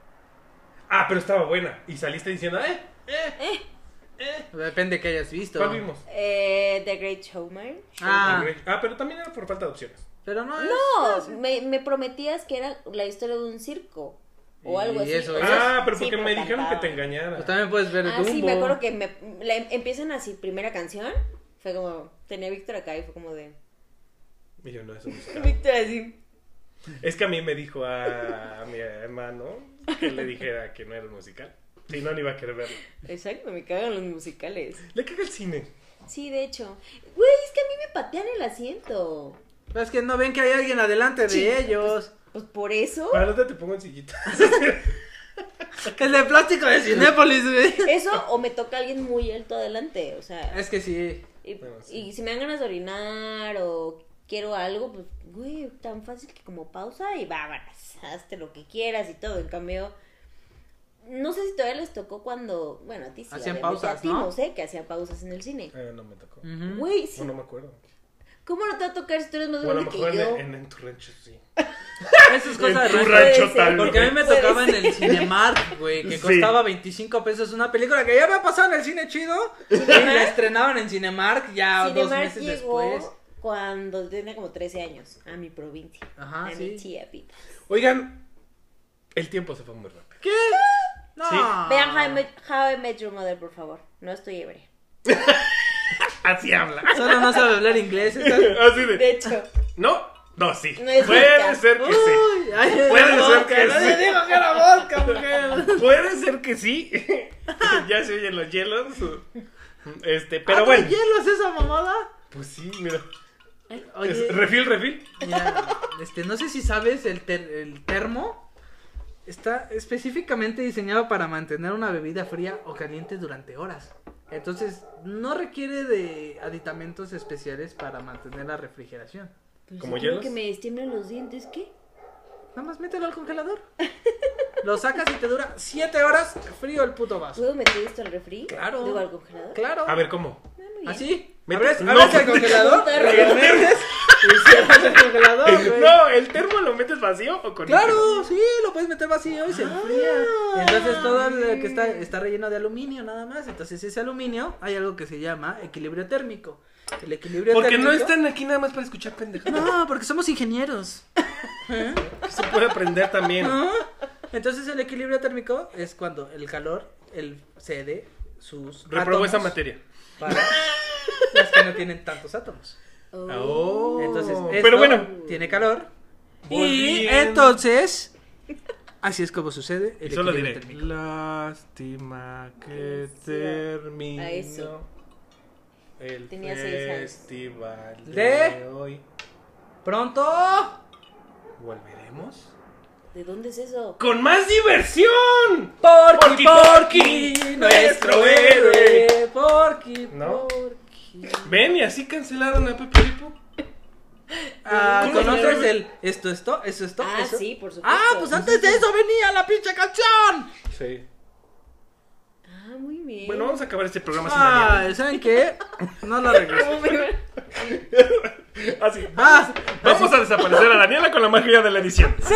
B: Ah, pero estaba buena. Y saliste diciendo, eh, eh,
C: Eh,
B: eh.
A: Depende de que hayas visto.
B: ¿Cuál vimos?
C: eh, The Great Showman.
A: Ah,
B: Ah, pero también era por falta de opciones.
A: pero no es.
C: No, me, me prometías que era la historia de un circo. O
A: Y
C: algo así.
A: eso
C: O
A: es.
C: sea,
B: Ah, pero
C: sí,
B: porque me dijeron
C: cantaba.
B: que te engañara.
A: Pues también puedes ver
C: Ah,
A: Dumbo.
C: sí, me acuerdo que me, la em- empiezan así, primera canción. Fue como, tenía a Víctor acá y fue como de.
B: Y yo, no, eso no es
C: Víctor así.
B: Es que a mí me dijo a, a mi hermano que le dijera que no era un musical. Si no, ni iba a querer verlo.
C: Exacto, me cagan los musicales.
B: Le caga el cine.
C: Sí, de hecho. Güey, es que a mí me patean el asiento.
A: Es que no ven que hay alguien adelante de
C: Sí,
A: ellos.
C: Pues por eso.
B: Para no te pongo en sillita.
A: El de plástico de Cinépolis, güey.
C: Eso o me toca alguien muy alto adelante, o sea.
A: Es que sí.
C: Y,
B: Bueno, sí.
C: y si me dan ganas de orinar o quiero algo, pues, güey, tan fácil que como pausa y vámonos, hazte lo que quieras y todo. En cambio, no sé si todavía les tocó cuando, bueno, a ti sí.
A: Hacían
C: obviamente,
A: pausas,
C: a ti
A: ¿no?
C: sé que hacían pausas en el cine.
B: Eh, no me tocó.
A: Ujú.
C: Güey, sí.
B: O no me acuerdo.
C: ¿Cómo no te va a tocar si tú eres más
B: O a lo
C: grande
B: mejor
C: que
B: en,
C: yo?
B: en, en tu rancho, sí.
A: Eso es cosa de
B: En tu
A: rancho.
B: rancho
C: Puede ser,
B: tal.
A: Porque a mí me
C: Puede
A: tocaba en
C: ser.
A: el Cinemark, güey, que
B: Sí.
A: costaba veinticinco pesos una película que ya había pasado en el cine chido. Y la estrenaban en Cinemark ya dos
C: Cinemark
A: meses
C: llegó
A: después.
C: cuando tenía como trece años a mi provincia.
A: Ajá,
C: a
A: sí.
C: mi tía Pipa.
B: Oigan, el tiempo se fue muy rápido.
A: ¿Qué? No.
B: Sí.
C: Vean How I, Met, How I Met Your Mother, por favor. No estoy ebria.
B: Así habla.
A: Solo no sabe hablar inglés. esta-
B: Así de.
C: De hecho,
B: No, no, sí.
C: No es
B: Puede
C: vodka.
B: ser que sí.
A: Uy, ay,
B: Puede
A: era
B: ser
A: vodka,
B: que
A: no
B: sí.
A: le digo que era vodka, mujer.
B: Puede ser que sí. Ya se oyen los hielos. Este, pero
A: ¿Ah,
B: bueno.
A: ¿trae hielos esa mamada?
B: Pues sí, mira.
A: Oye,
B: Es- refil, refil.
A: mira, este, no sé si sabes, el, ter- el termo está específicamente diseñado para mantener una bebida fría o caliente durante horas. Entonces, no requiere de aditamentos especiales para mantener la refrigeración.
C: pues
B: ¿Como
C: yo quiero
B: hielos?
C: que me destiemblen los dientes, ¿qué?
A: Nada más mételo al congelador. Lo sacas y te dura siete horas frío el puto vaso.
C: ¿Puedo meter esto al refri?
A: Claro.
C: Digo, al congelador.
A: Claro.
B: A ver, ¿cómo?
C: Ah, muy bien.
A: ¿Así?
B: Mete-
A: ¿Abres,
B: no.
A: abres el congelador? Lo metes y cierras el congelador, güey.
B: No, ¿el termo lo metes vacío o con líquido?
A: Claro, sí, lo puedes meter vacío y se enfría. Entonces todo el que está, está relleno de aluminio nada más. Entonces ese aluminio hay algo que se llama equilibrio térmico. El equilibrio
B: Porque
A: térmico.
B: no están aquí nada más para escuchar pendejadas.
A: No, porque somos ingenieros. ¿Eh?
B: Se puede aprender también.
A: Ah. Entonces el equilibrio térmico es cuando el calor el cede sus
B: Reprobó esa
A: átomos
B: materia.
A: para las que no tienen tantos átomos.
C: Oh.
B: Oh.
A: Entonces, esto
B: pero bueno,
A: tiene calor. Y
B: Volviendo.
A: entonces, así es como sucede el
B: y solo
A: equilibrio
B: diré.
A: térmico.
B: Lástima que
C: Eso.
B: terminó
C: A eso.
B: el
C: Tenía seis años.
B: festival de,
A: ¿De?
B: hoy.
A: Pronto.
B: ¿Volveremos?
C: ¿De dónde es eso?
B: ¡Con más diversión!
A: Porky,
B: Porky,
A: Porky,
B: Porky,
A: nuestro
B: nuestro
A: héroe. Porky,
B: ¿No?
A: Porky.
B: Ven, y así cancelaron a Pepe Lipo.
A: Ah,
B: ¿Cómo se
A: ¿conoces
B: llama?
A: el esto, esto, eso, esto?
C: Ah,
A: eso?
C: sí, por supuesto.
A: Ah, pues antes de eso venía la pinche canción.
B: Sí.
C: Ah, muy bien.
B: Bueno, vamos a acabar este programa sin Daniela.
A: Ah, ¿saben qué? No la regreso.
B: Así.
A: Ah,
B: Vamos a desaparecer a Daniela con la magia de la edición.
A: sí.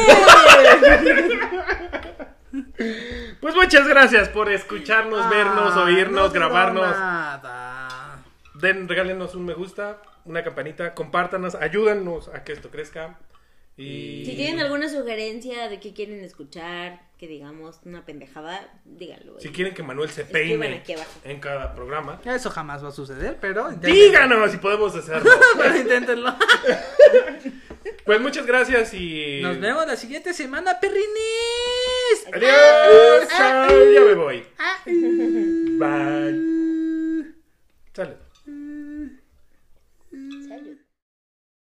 B: Pues muchas gracias por escucharnos, vernos,
A: Ah,
B: oírnos,
A: no digo
B: grabarnos.
A: nada.
B: Den, regálenos un me gusta, una campanita, compártanos, ayúdanos a que esto crezca. Y
C: Si tienen alguna sugerencia de qué quieren escuchar, que digamos una pendejada, díganlo.
B: si
C: ahí.
B: quieren que Manuel se
C: Escriban
B: peine
C: aquí abajo.
B: en cada programa,
A: Eso jamás va a suceder, pero inténtenlo.
B: díganos si podemos hacerlo.
A: Pero inténtenlo.
B: Pues muchas gracias y
A: Nos vemos la siguiente semana, perrinis.
B: Adiós. Chao, ya me voy.
A: Ah.
B: Bye. Sale.